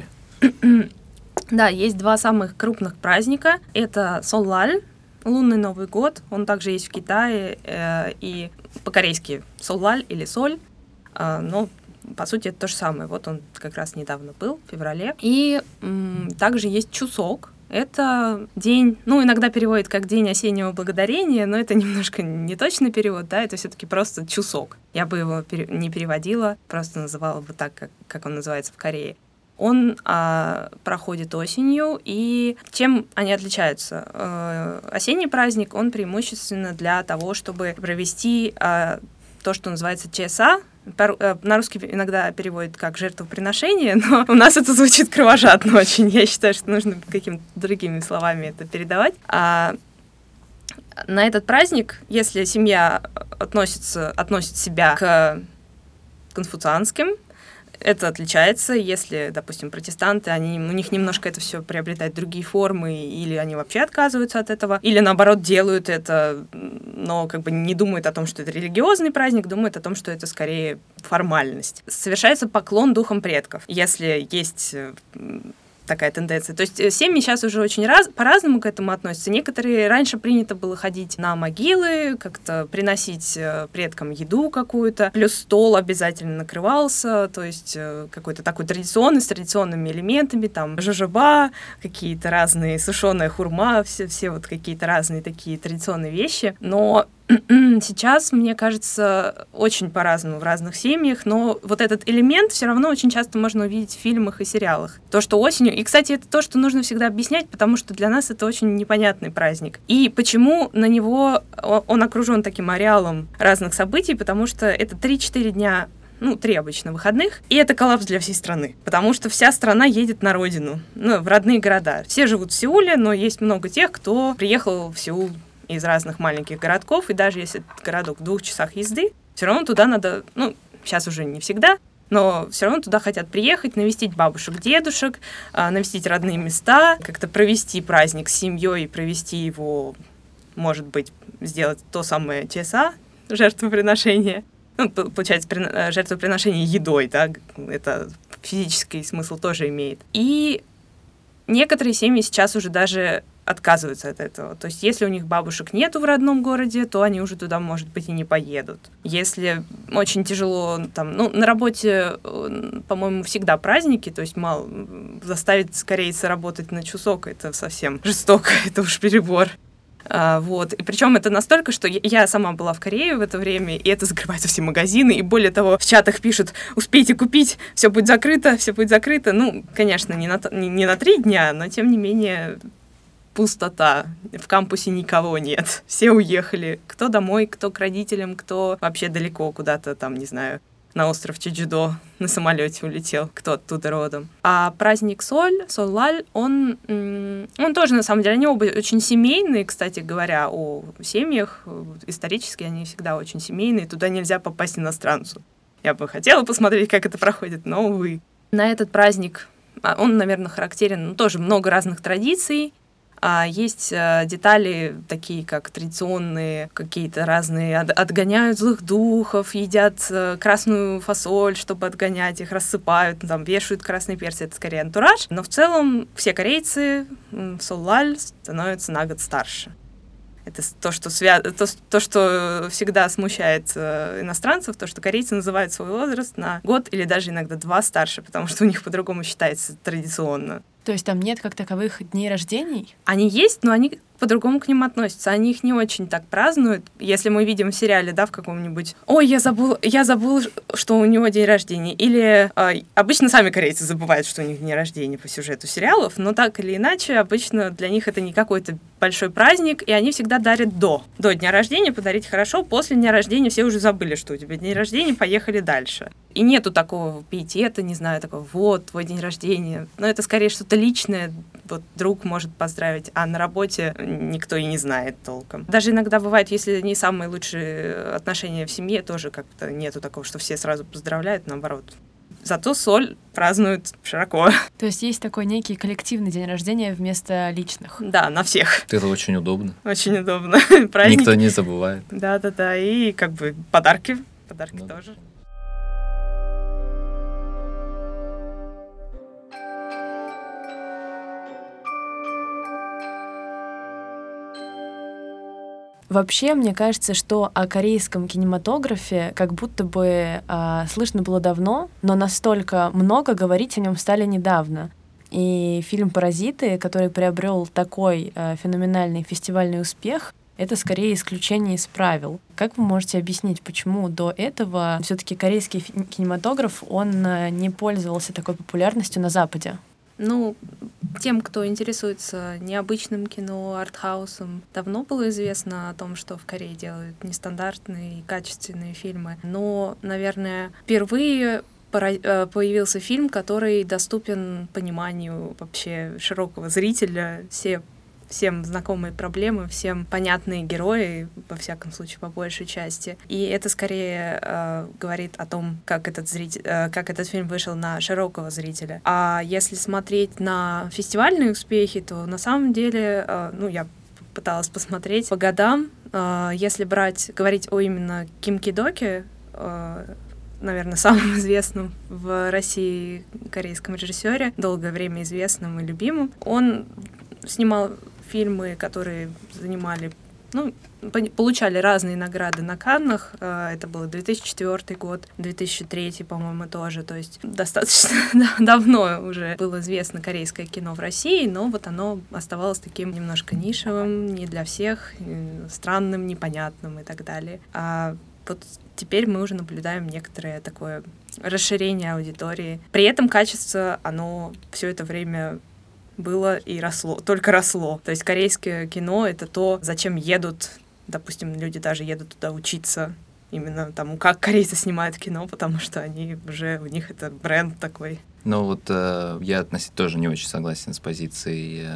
Да, есть 2 самых крупных праздника. Это Соллаль, лунный Новый год. Он также есть в Китае. И по-корейски Соллаль или Соль. Но, по сути, это то же самое. Вот он как раз недавно был, в феврале. И также есть Чусок. Это день, иногда переводят как День осеннего благодарения, но это немножко не точный перевод, да, это все-таки просто Чусок. Я бы его не переводила, просто называла бы так, как он называется в Корее. Он проходит осенью, и чем они отличаются? Осенний праздник, он преимущественно для того, чтобы провести то, что называется ЧСА. На русский иногда переводят как жертвоприношение, но у нас это звучит кровожадно очень. Я считаю, что нужно какими-то другими словами это передавать. На этот праздник, если семья относит себя к конфуцианским, это отличается, если, допустим, протестанты, у них немножко это все приобретает другие формы, или они вообще отказываются от этого, или наоборот делают это, но как бы не думают о том, что это религиозный праздник, думают о том, что это скорее формальность. Совершается поклон духам предков, если есть такая тенденция. То есть семьи сейчас уже очень по-разному к этому относятся. Некоторые раньше принято было ходить на могилы, как-то приносить предкам еду какую-то, плюс стол обязательно накрывался, то есть какой-то такой традиционный, с традиционными элементами, там жожоба, какие-то разные, сушеная хурма, все вот какие-то разные такие традиционные вещи. Но Сейчас, мне кажется, очень по-разному в разных семьях, но вот этот элемент все равно очень часто можно увидеть в фильмах и сериалах. То, что осенью... И, кстати, это то, что нужно всегда объяснять, потому что для нас это очень непонятный праздник. И почему на него он окружен таким ареалом разных событий, потому что это 3-4 дня, 3 обычно выходных, и это коллапс для всей страны, потому что вся страна едет на родину, в родные города. Все живут в Сеуле, но есть много тех, кто приехал в Сеул из разных маленьких городков, и даже если этот городок в 2 часах езды, все равно туда надо, сейчас уже не всегда, но все равно туда хотят приехать, навестить бабушек, дедушек, навестить родные места, как-то провести праздник с семьей, провести его, может быть, сделать то самое ЧСА, жертвоприношение. Получается, жертвоприношение едой, да, это физический смысл тоже имеет. И некоторые семьи сейчас уже даже отказываются от этого. То есть, если у них бабушек нету в родном городе, то они уже туда, может быть, и не поедут. Если очень тяжело, на работе, по-моему, всегда праздники, то есть мало заставить корейца работать на часок, это совсем жестоко, это уж перебор. И причем это настолько, что я сама была в Корее в это время, и это закрываются все магазины, и более того, в чатах пишут: успейте купить, все будет закрыто. Конечно, не на 3 дня, но тем не менее пустота. В кампусе никого нет. Все уехали. Кто домой, кто к родителям, кто вообще далеко куда-то не знаю, на остров Чеджудо на самолете улетел, кто оттуда родом. А праздник Соллаль, он тоже, на самом деле, они оба очень семейные, кстати говоря, о семьях. Исторически они всегда очень семейные, туда нельзя попасть иностранцу. Я бы хотела посмотреть, как это проходит, но, увы. На этот праздник, он, наверное, характерен, тоже много разных традиций. Есть детали, такие как традиционные, какие-то разные, отгоняют злых духов, едят красную фасоль, чтобы отгонять их, рассыпают, вешают красные перцы, это скорее антураж. Но в целом все корейцы в Соллаль становятся на год старше. Это то, что всегда смущает иностранцев, то, что корейцы называют свой возраст на год или даже иногда 2 старше, потому что у них по-другому считается традиционно. То есть там нет как таковых дней рождений? Они есть, но они по-другому к ним относятся. Они их не очень так празднуют. Если мы видим в сериале, в каком-нибудь: «Ой, я забыл, что у него день рождения». Или обычно сами корейцы забывают, что у них день рождения по сюжету сериалов, но так или иначе, обычно для них это не какой-то большой праздник, и они всегда дарят до дня рождения, подарить хорошо, после дня рождения все уже забыли, что у тебя день рождения, поехали дальше. И нету такого пиетета, не знаю, такого: вот, твой день рождения. Но это скорее что-то личное, друг может поздравить, а на работе никто и не знает толком. Даже иногда бывает, если не самые лучшие отношения в семье, тоже как-то нету такого, что все сразу поздравляют, наоборот. Зато Соль празднуют широко. То есть есть такой некий коллективный день рождения вместо личных. Да, на всех. Это очень удобно. Очень удобно. Праздники. Никто не забывает. Да, и подарки тоже. Вообще, мне кажется, что о корейском кинематографе как будто бы слышно было давно, но настолько много говорить о нем стали недавно. И фильм «Паразиты», который приобрел такой феноменальный фестивальный успех, это скорее исключение из правил. Как вы можете объяснить, почему до этого все-таки корейский кинематограф, он не пользовался такой популярностью на Западе? Тем, кто интересуется необычным кино, артхаусом, давно было известно о том, что в Корее делают нестандартные и качественные фильмы. Но, наверное, впервые появился фильм, который доступен пониманию вообще широкого зрителя, всем знакомые проблемы, всем понятные герои, во всяком случае, по большей части. И это скорее говорит о том, как этот фильм вышел на широкого зрителя. А если смотреть на фестивальные успехи, то на самом деле, я пыталась посмотреть по годам. Если говорить о именно Ким Ки-доке, наверное, самым известным в России корейском режиссере, долгое время известным и любимым, он снимал фильмы, которые занимали получали разные награды на Каннах. Это был 2004 год, 2003, по-моему, тоже. То есть достаточно давно уже было известно корейское кино в России, но вот оно оставалось таким немножко нишевым, не для всех, странным, непонятным и так далее. А вот теперь мы уже наблюдаем некоторое такое расширение аудитории. При этом качество, оно все это время было и росло, только росло. То есть корейское кино — это то, зачем едут, допустим, люди даже едут туда учиться именно тому, как корейцы снимают кино, потому что они уже, у них это бренд такой. Ну вот я относительно тоже не очень согласен с позицией,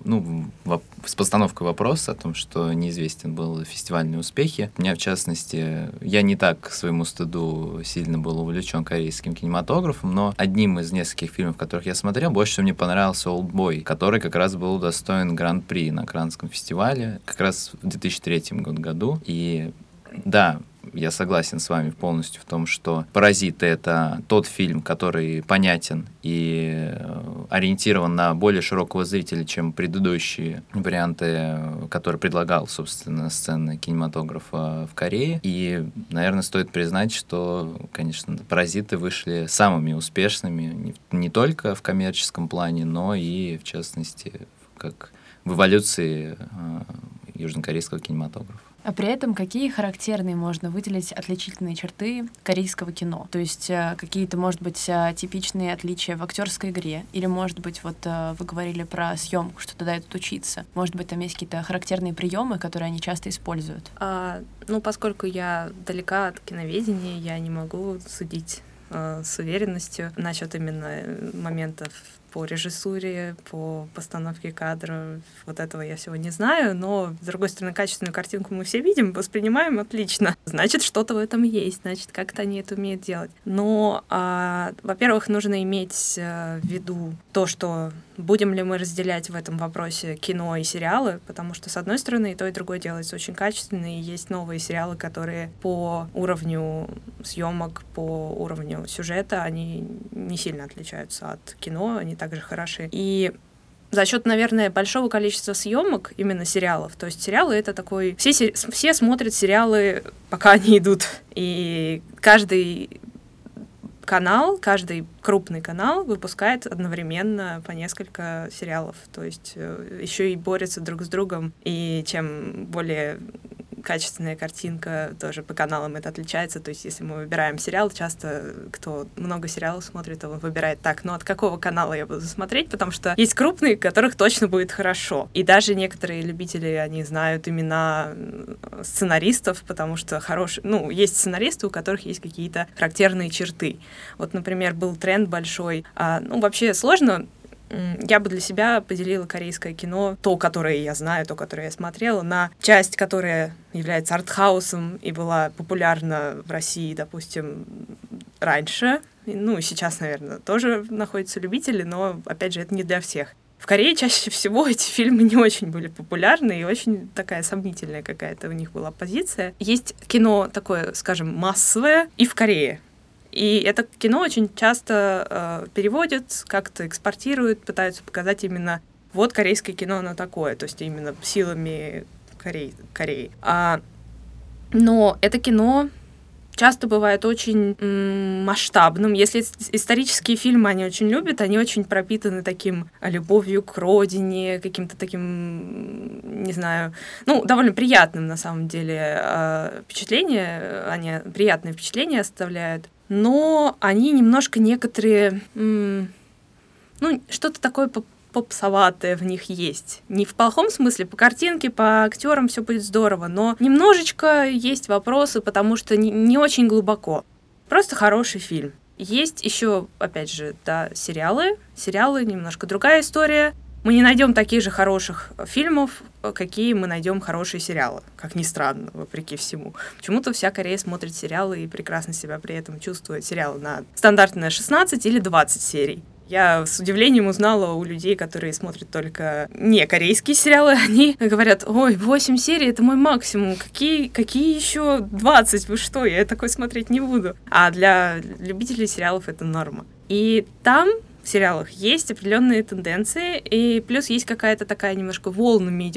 с постановкой вопроса о том, что неизвестен был фестивальные успехи. У меня, в частности, я не так к своему стыду сильно был увлечен корейским кинематографом, но одним из нескольких фильмов, которых я смотрел, больше всего мне понравился «Олдбой», который как раз был удостоен гран-при на Каннском фестивале как раз в 2003 году. И да, я согласен с вами полностью в том, что «Паразиты» — это тот фильм, который понятен и ориентирован на более широкого зрителя, чем предыдущие варианты, которые предлагал, собственно, сцена кинематографа в Корее. И, наверное, стоит признать, что, конечно, «Паразиты» вышли самыми успешными не только в коммерческом плане, но и, в частности, как в эволюции южнокорейского кинематографа. А при этом какие характерные можно выделить отличительные черты корейского кино? То есть какие-то, может быть, типичные отличия в актерской игре? Или, может быть, вот вы говорили про съемку, что туда идут учиться. Может быть, там есть какие-то характерные приемы, которые они часто используют? Поскольку я далека от киноведения, я не могу судить с уверенностью насчет именно моментов по режиссуре, по постановке кадра. Вот этого я всего не знаю, но, с другой стороны, качественную картинку мы все видим, воспринимаем отлично. Значит, что-то в этом есть, значит, как-то они это умеют делать. Но, во-первых, нужно иметь в виду то, что будем ли мы разделять в этом вопросе кино и сериалы, потому что, с одной стороны, и то, и другое делается очень качественно, и есть новые сериалы, которые по уровню съемок, по уровню сюжета, они не сильно отличаются от кино, они также хороши. И за счет, наверное, большого количества съемок, именно сериалов, то есть сериалы — это такой... Все смотрят сериалы, пока они идут, и каждый крупный канал выпускает одновременно по несколько сериалов, то есть еще и борются друг с другом, и чем более качественная картинка, тоже по каналам это отличается, то есть если мы выбираем сериал, часто кто много сериалов смотрит, он выбирает так, от какого канала я буду смотреть, потому что есть крупные, которых точно будет хорошо, и даже некоторые любители, они знают имена сценаристов, потому что есть сценаристы, у которых есть какие-то характерные черты. Вот, например, был тренд большой, вообще сложно. Я бы для себя поделила корейское кино, то, которое я знаю, то, которое я смотрела, на часть, которая является артхаусом и была популярна в России, допустим, раньше. И сейчас, наверное, тоже находятся любители, но, опять же, это не для всех. В Корее чаще всего эти фильмы не очень были популярны, и очень такая сомнительная какая-то у них была позиция. Есть кино такое, скажем, массовое и в Корее. И это кино очень часто переводят, как-то экспортируют, пытаются показать именно вот корейское кино, оно такое, то есть именно силами Кореи. Но это кино часто бывает очень масштабным. Если исторические фильмы они очень любят, они очень пропитаны таким любовью к родине, каким-то таким, не знаю, довольно приятным на самом деле впечатление, они приятные впечатления оставляют. Но они немножко некоторые, что-то такое попсоватое в них есть. Не в плохом смысле, по картинке, по актерам все будет здорово, но немножечко есть вопросы, потому что не очень глубоко. Просто хороший фильм. Есть еще, опять же, сериалы. Сериалы немножко другая история. Мы не найдем таких же хороших фильмов, какие мы найдем хорошие сериалы, как ни странно, вопреки всему. Почему-то вся Корея смотрит сериалы и прекрасно себя при этом чувствует. Сериалы на стандартные 16 или 20 серий. Я с удивлением узнала у людей, которые смотрят только не корейские сериалы, они говорят: ой, 8 серий — это мой максимум, какие еще 20, вы что, я такой смотреть не буду. А для любителей сериалов это норма. И там в сериалах есть определенные тенденции, и плюс есть какая-то такая немножко волнами идет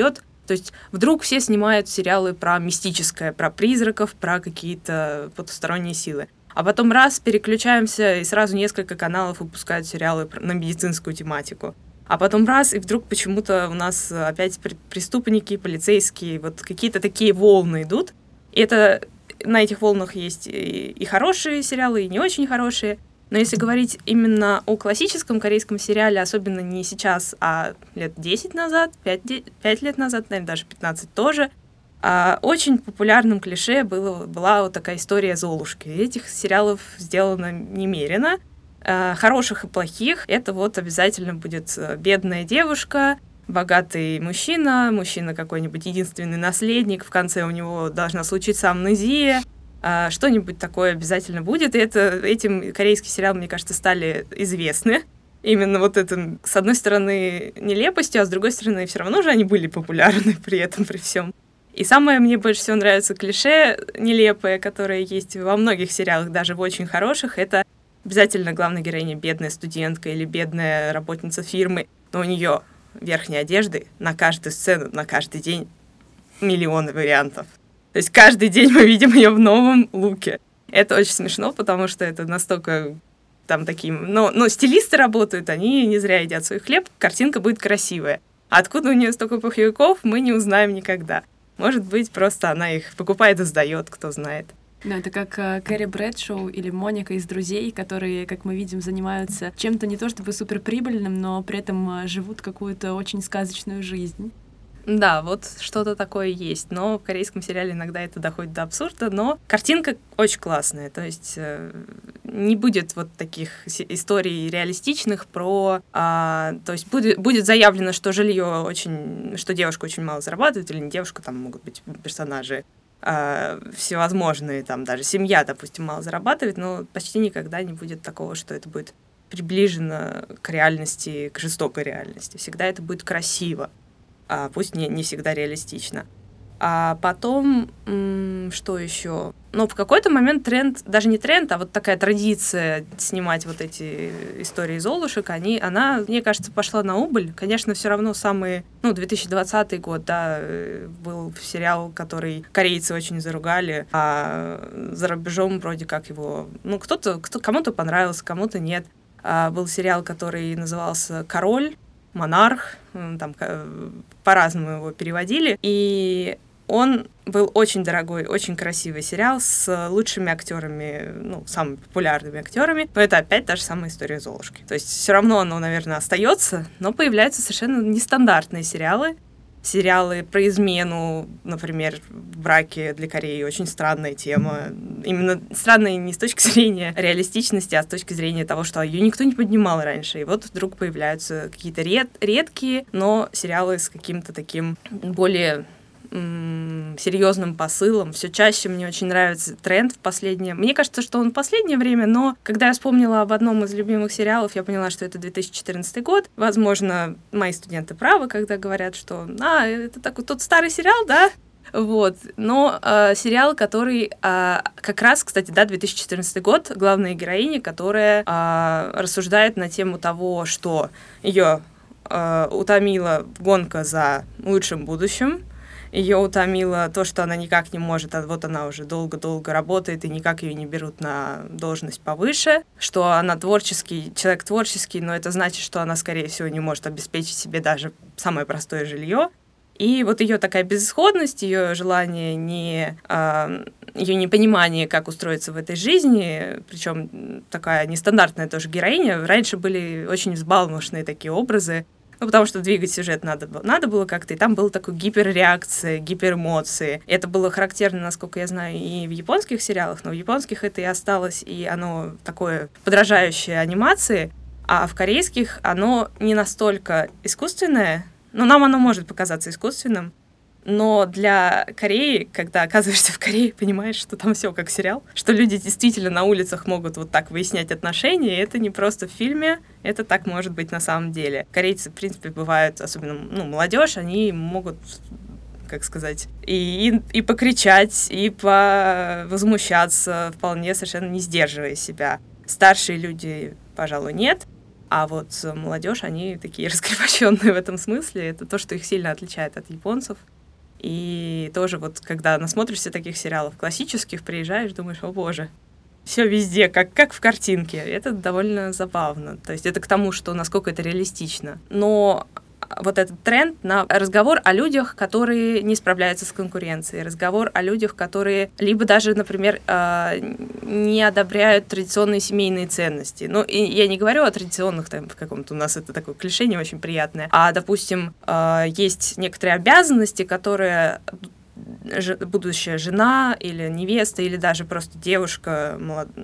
То есть вдруг все снимают сериалы про мистическое, про призраков, про какие-то потусторонние силы. А потом раз, переключаемся, и сразу несколько каналов выпускают сериалы на медицинскую тематику. А потом раз, и вдруг почему-то у нас опять преступники, полицейские, вот какие-то такие волны идут. И это на этих волнах есть и хорошие сериалы, и не очень хорошие. Но если говорить именно о классическом корейском сериале, особенно не сейчас, а лет 10 назад, 5 лет назад, наверное, даже 15 тоже, очень популярным клише была вот такая история Золушки. Этих сериалов сделано немерено. Хороших и плохих. Это вот обязательно будет бедная девушка, богатый мужчина какой-нибудь единственный наследник, в конце у него должна случиться амнезия, что-нибудь такое обязательно будет. И этим корейские сериалы, мне кажется, стали известны. Именно вот это, с одной стороны, нелепостью, а с другой стороны, все равно же они были популярны при этом, при всем. И самое мне больше всего нравится клише нелепое, которое есть во многих сериалах, даже в очень хороших, это обязательно главная героиня бедная студентка или бедная работница фирмы, но у нее верхней одежды на каждую сцену, на каждый день миллионы вариантов. То есть каждый день мы видим ее в новом луке. Это очень смешно, потому что это настолько там таким... Но стилисты работают, они не зря едят свой хлеб, картинка будет красивая. А откуда у нее столько пуховиков, мы не узнаем никогда. Может быть, просто она их покупает и сдает, кто знает. Да, это как Кэрри Брэдшоу или Моника из «Друзей», которые, как мы видим, занимаются чем-то не то чтобы суперприбыльным, но при этом живут какую-то очень сказочную жизнь. Да, вот что-то такое есть, но в корейском сериале иногда это доходит до абсурда, но картинка очень классная, то есть не будет вот таких историй реалистичных про... то есть будет заявлено, что что девушка очень мало зарабатывает, или не девушка, там могут быть персонажи всевозможные, там даже семья, допустим, мало зарабатывает, но почти никогда не будет такого, что это будет приближено к реальности, к жестокой реальности. Всегда это будет красиво, пусть не всегда реалистично. А потом, что еще? Ну, в какой-то момент тренд, даже не тренд, а вот такая традиция снимать вот эти истории Золушек, она, мне кажется, пошла на убыль. Конечно, все равно 2020 год, да, был сериал, который корейцы очень заругали, а за рубежом вроде как его... Ну, кому-то понравился, кому-то нет. Был сериал, который назывался «Король», «Монарх», там по-разному его переводили, и он был очень дорогой, очень красивый сериал с лучшими актерами, самыми популярными актерами, но это опять та же самая история Золушки. То есть все равно оно, наверное, остается, но появляются совершенно нестандартные сериалы про измену, например, в браке для Кореи очень странная тема. Именно странная не с точки зрения реалистичности, а с точки зрения того, что ее никто не поднимал раньше. И вот вдруг появляются какие-то редкие, но сериалы с каким-то таким более серьезным посылом. Все чаще мне очень нравится тренд в последнее. Мне кажется, что он в последнее время, но когда я вспомнила об одном из любимых сериалов, я поняла, что это 2014 год. Возможно, мои студенты правы, когда говорят, что это такой тот старый сериал, да? Вот. Но сериал, который как раз, кстати, 2014 год, главная героиня, которая рассуждает на тему того, что ее утомила гонка за лучшим будущим, ее утомило то, что она никак не может, вот она уже долго-долго работает, и никак ее не берут на должность повыше, что она человек творческий, но это значит, что она, скорее всего, не может обеспечить себе даже самое простое жилье. И вот ее такая безысходность, ее желание ее непонимание, как устроиться в этой жизни, причем такая нестандартная тоже героиня. Раньше были очень взбалмошные такие образы, потому что двигать сюжет надо было как-то, и там была такая гиперреакция, гиперэмоции. Это было характерно, насколько я знаю, и в японских сериалах, но в японских это и осталось, и оно такое подражающее анимации, а в корейских оно не настолько искусственное, нам оно может показаться искусственным, но для Кореи, когда оказываешься в Корее, понимаешь, что там все как сериал, что люди действительно на улицах могут вот так выяснять отношения, и это не просто в фильме, это так может быть на самом деле. Корейцы, в принципе, бывают, особенно молодежь, они могут, как сказать, и покричать, и возмущаться, вполне совершенно не сдерживая себя. Старшие люди, пожалуй, нет. А вот молодежь, они такие раскрепощенные в этом смысле. Это то, что их сильно отличает от японцев. И тоже вот, когда насмотришься таких сериалов классических, приезжаешь, думаешь, о боже, все везде, как в картинке. Это довольно забавно. То есть это к тому, что насколько это реалистично. Но вот этот тренд на разговор о людях, которые не справляются с конкуренцией, разговор о людях, которые либо даже, например, не одобряют традиционные семейные ценности. Ну, и я не говорю о традиционных, там, в каком-то у нас это такое клише не очень приятное, а, допустим, есть некоторые обязанности, которые будущая жена или невеста, или даже просто девушка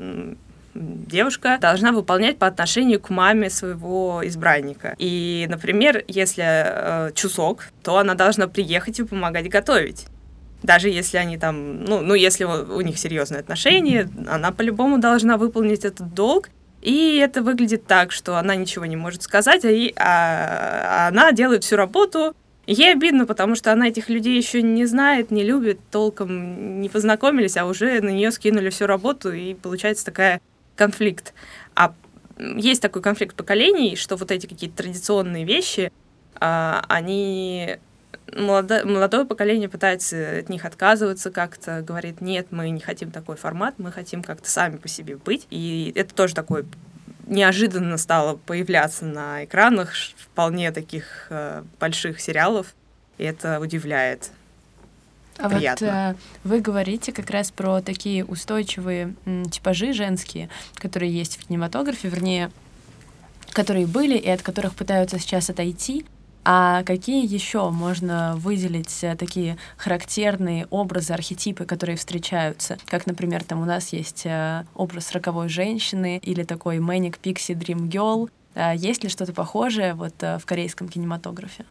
должна выполнять по отношению к маме своего избранника. И, например, если чусок, то она должна приехать и помогать готовить. Даже если они там, если у них серьезные отношения, она по-любому должна выполнить этот долг. И это выглядит так, что она ничего не может сказать, а она делает всю работу. Ей обидно, потому что она этих людей еще не знает, не любит, толком не познакомились, а уже на нее скинули всю работу, и получается такая конфликт. А есть такой конфликт поколений, что вот эти какие-то традиционные вещи, они... Молодое поколение пытается от них отказываться как-то, говорит, нет, мы не хотим такой формат, мы хотим как-то сами по себе быть. И это тоже такое неожиданно стало появляться на экранах вполне таких больших сериалов, и это удивляет. Приятно. Вот вы говорите как раз про такие устойчивые типажи женские, которые есть в кинематографе, вернее, которые были и от которых пытаются сейчас отойти. А какие еще можно выделить такие характерные образы, архетипы, которые встречаются? Как, например, там у нас есть образ роковой женщины или такой Manic Pixie Dream Girl. Есть ли что-то похожее вот в корейском кинематографе?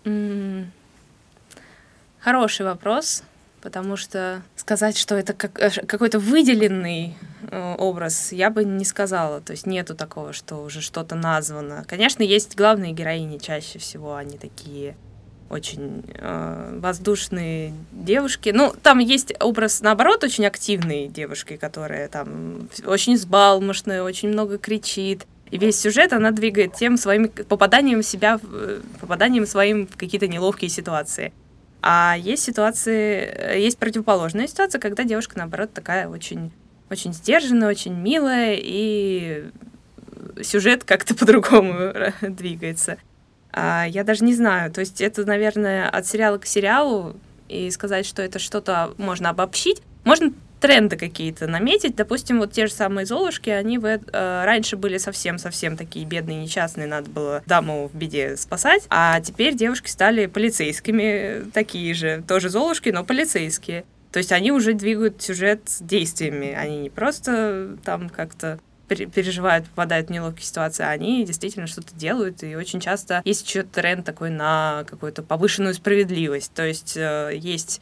Хороший вопрос, потому что сказать, что это какой-то выделенный образ, я бы не сказала. То есть нету такого, что уже что-то названо. Конечно, есть главные героини, чаще всего они такие очень воздушные девушки. Ну, там есть образ, наоборот, очень активной девушки, которая там очень взбалмошная, очень много кричит. И весь сюжет она двигает тем своим попаданием своим в какие-то неловкие ситуации. А есть противоположная ситуация, когда девушка, наоборот, такая очень, очень сдержанная, очень милая, и сюжет как-то по-другому двигается. Я даже не знаю. То есть это, наверное, от сериала к сериалу, и сказать, что это что-то можно обобщить. Можно тренды какие-то наметить. Допустим, вот те же самые «Золушки», они раньше были совсем-совсем такие бедные, несчастные, надо было даму в беде спасать, а теперь девушки стали полицейскими, такие же, тоже «Золушки», но полицейские. То есть они уже двигают сюжет действиями, они не просто там как-то переживают, попадают в неловкие ситуации, а они действительно что-то делают, и очень часто есть еще тренд такой на какую-то повышенную справедливость, то есть есть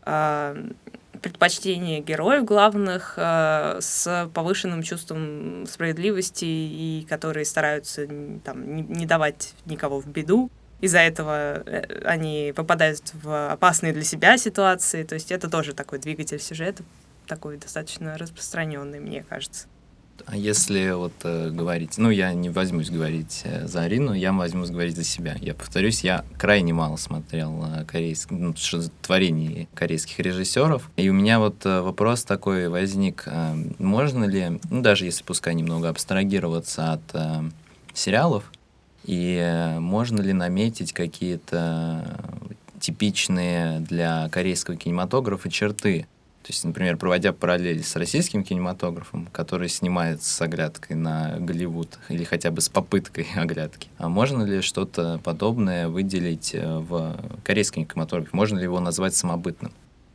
предпочтение героев главных с повышенным чувством справедливости, и которые стараются там, не давать никого в беду. Из-за этого они попадают в опасные для себя ситуации. То есть это тоже такой двигатель сюжета, такой достаточно распространенный, мне кажется. А если вот говорить, я не возьмусь говорить за Арину, я возьмусь говорить за себя. Я повторюсь, я крайне мало смотрел творений корейских режиссеров, и у меня вот вопрос такой возник, можно ли, даже если пускай немного абстрагироваться от сериалов, и можно ли наметить какие-то типичные для корейского кинематографа черты? То есть, например, проводя параллели с российским кинематографом, который снимается с оглядкой на Голливуд, или хотя бы с попыткой оглядки, а можно ли что-то подобное выделить в корейском кинематографе? Можно ли его назвать самобытным?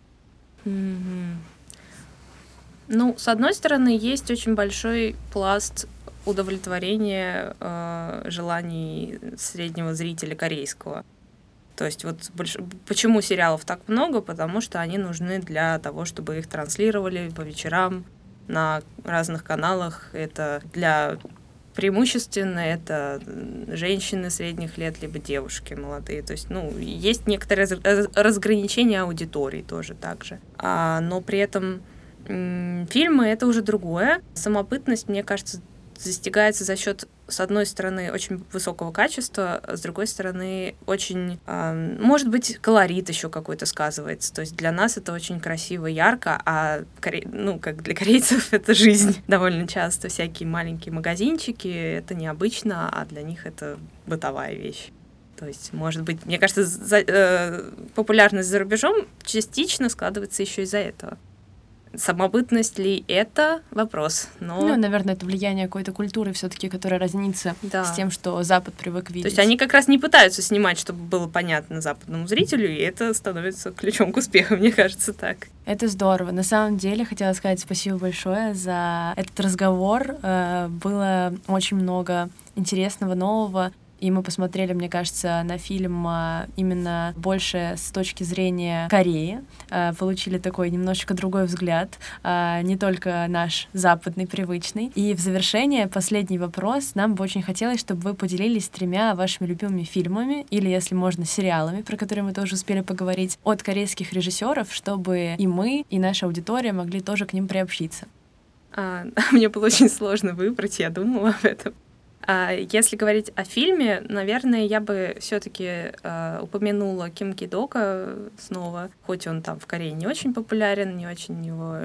С одной стороны, есть очень большой пласт удовлетворения желаний среднего зрителя корейского. То есть почему сериалов так много? Потому что они нужны для того, чтобы их транслировали по вечерам на разных каналах. Это преимущественно это женщины средних лет, либо девушки молодые. То есть, есть некоторое разграничение аудитории тоже так же. Но при этом фильмы — это уже другое. Самобытность, мне кажется, достигается за счет с одной стороны, очень высокого качества, а с другой стороны, очень, может быть, колорит еще какой-то сказывается. То есть для нас это очень красиво, ярко, а как для корейцев это жизнь довольно часто. Всякие маленькие магазинчики, это необычно, а для них это бытовая вещь. То есть, может быть, мне кажется, популярность за рубежом частично складывается еще из-за этого. Самобытность ли это вопрос? Но... наверное, это влияние какой-то культуры все-таки, которая разнится с тем, что Запад привык видеть. То есть они как раз не пытаются снимать, чтобы было понятно западному зрителю, и это становится ключом к успеху, мне кажется, так. Это здорово. На самом деле, хотела сказать спасибо большое за этот разговор. Было очень много интересного, нового. И мы посмотрели, мне кажется, на фильм именно больше с точки зрения Кореи. Получили такой немножечко другой взгляд, не только наш западный, привычный. И в завершение последний вопрос. Нам бы очень хотелось, чтобы вы поделились 3 вашими любимыми фильмами, или, если можно, сериалами, про которые мы тоже успели поговорить, от корейских режиссеров, чтобы и мы, и наша аудитория могли тоже к ним приобщиться. Мне было очень сложно выбрать, я думала об этом. Если говорить о фильме, наверное, я бы все-таки упомянула Ким Ки-дока снова, хоть он там в Корее не очень популярен, не очень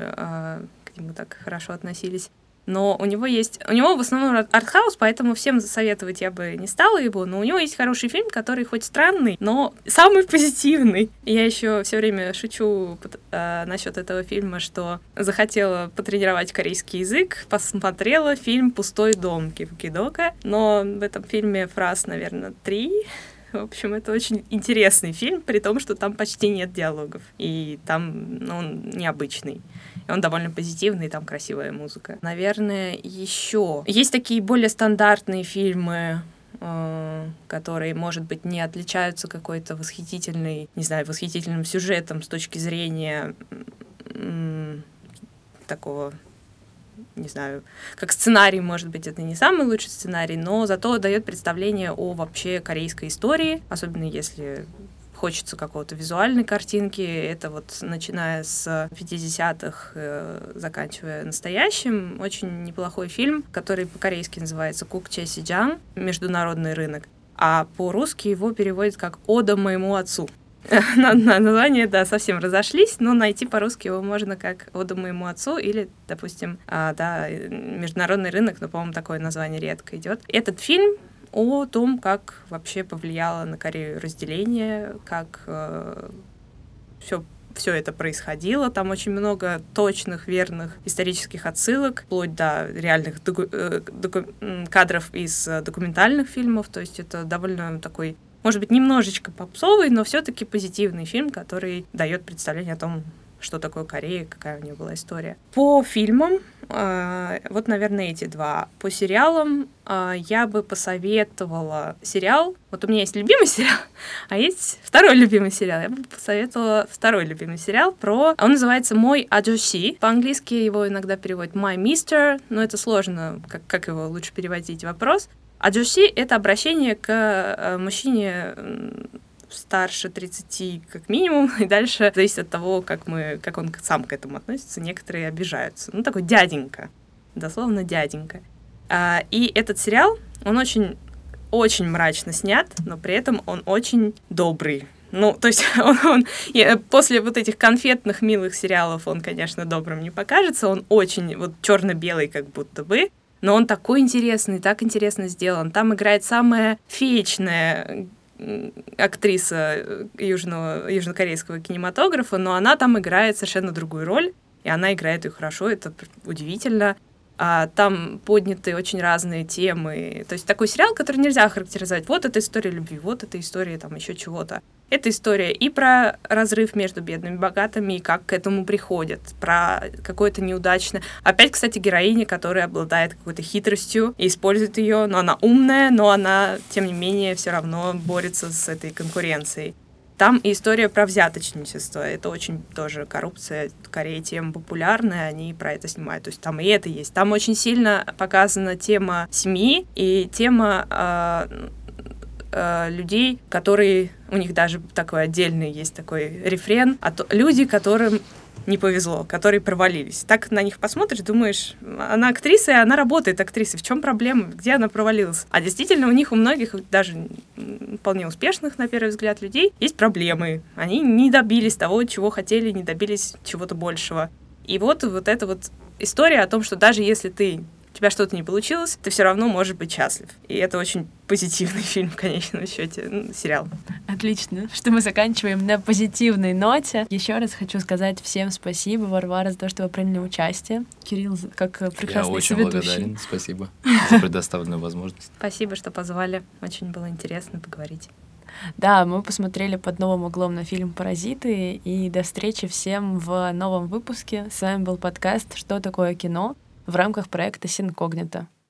к нему так хорошо относились. Но у него в основном артхаус, поэтому всем советовать я бы не стала его, но у него есть хороший фильм, который хоть странный, но самый позитивный. Я еще все время шучу насчет этого фильма, что захотела потренировать корейский язык, посмотрела фильм «Пустой дом» Ким Ки-дока, но в этом фильме фраз, наверное, 3. В общем, это очень интересный фильм, при том, что там почти нет диалогов. И там он необычный. И он довольно позитивный, и там красивая музыка. Наверное, еще есть такие более стандартные фильмы, которые, может быть, не отличаются какой-то восхитительным сюжетом с точки зрения такого... не знаю, как сценарий, может быть, это не самый лучший сценарий, но зато дает представление о вообще корейской истории, особенно если хочется какого-то визуальной картинки. Это вот начиная с 50-х, заканчивая настоящим. Очень неплохой фильм, который по-корейски называется «Кукче Сиджан», «Международный рынок», а по-русски его переводят как «Ода моему отцу». Названия, совсем разошлись, но найти по-русски его можно как «Ода моему отцу» или, допустим, «Международный рынок», но, по-моему, такое название редко идет. Этот фильм о том, как вообще повлияло на Корею разделение, как все это происходило. Там очень много точных, верных исторических отсылок, вплоть до реальных кадров из документальных фильмов. То есть это довольно такой, может быть, немножечко попсовый, но все-таки позитивный фильм, который дает представление о том, что такое Корея, какая у нее была история. По фильмам, вот, наверное, эти 2. По сериалам я бы посоветовала сериал. Вот у меня есть любимый сериал, а есть второй любимый сериал. Я бы посоветовала второй любимый сериал он называется «Мой аджоси». По-английски его иногда переводят «My Mister», но это сложно, как его лучше переводить, вопрос. Аджоси — это обращение к мужчине старше 30 как минимум, и дальше зависит от того, как он сам к этому относится. Некоторые обижаются. Такой дяденька, дословно дяденька. И этот сериал, он очень, очень мрачно снят, но при этом он очень добрый. То есть после вот этих конфетных милых сериалов он, конечно, добрым не покажется, он очень черно-белый как будто бы, но он такой интересный, так интересно сделан. Там играет самая феечная актриса южнокорейского кинематографа, но она там играет совершенно другую роль, и она играет ее хорошо, это удивительно. Там подняты очень разные темы. То есть такой сериал, который нельзя характеризовать. Вот это история любви, вот это история еще чего-то. Это история и про разрыв между бедными и богатыми, и как к этому приходят, про какое-то неудачное... Опять, кстати, героиня, которая обладает какой-то хитростью и использует ее, но она умная, но она, тем не менее, все равно борется с этой конкуренцией. Там и история про взяточничество. Это очень тоже коррупция. В Корее тема популярная, они про это снимают. То есть там и это есть. Там очень сильно показана тема семьи и тема людей, которые... У них даже такой отдельный есть такой рефрен. Люди, которым не повезло, которые провалились. Так на них посмотришь, думаешь, она актриса, и она работает актрисой. В чем проблема? Где она провалилась? А действительно, у них, у многих, даже вполне успешных, на первый взгляд, людей, есть проблемы. Они не добились того, чего хотели, не добились чего-то большего. И вот эта вот история о том, что даже если у тебя что-то не получилось, ты все равно можешь быть счастлив. И это очень позитивный фильм, в конечном счете, сериал. Отлично, что мы заканчиваем на позитивной ноте. Еще раз хочу сказать всем спасибо, Варвара, за то, что вы приняли участие. Кирилл, как прекрасный соведущий. Я очень благодарен, спасибо за предоставленную возможность. Спасибо, что позвали. Очень было интересно поговорить. Да, мы посмотрели под новым углом на фильм «Паразиты», и до встречи всем в новом выпуске. С вами был подкаст «Что такое кино» в рамках проекта «Синкогнито».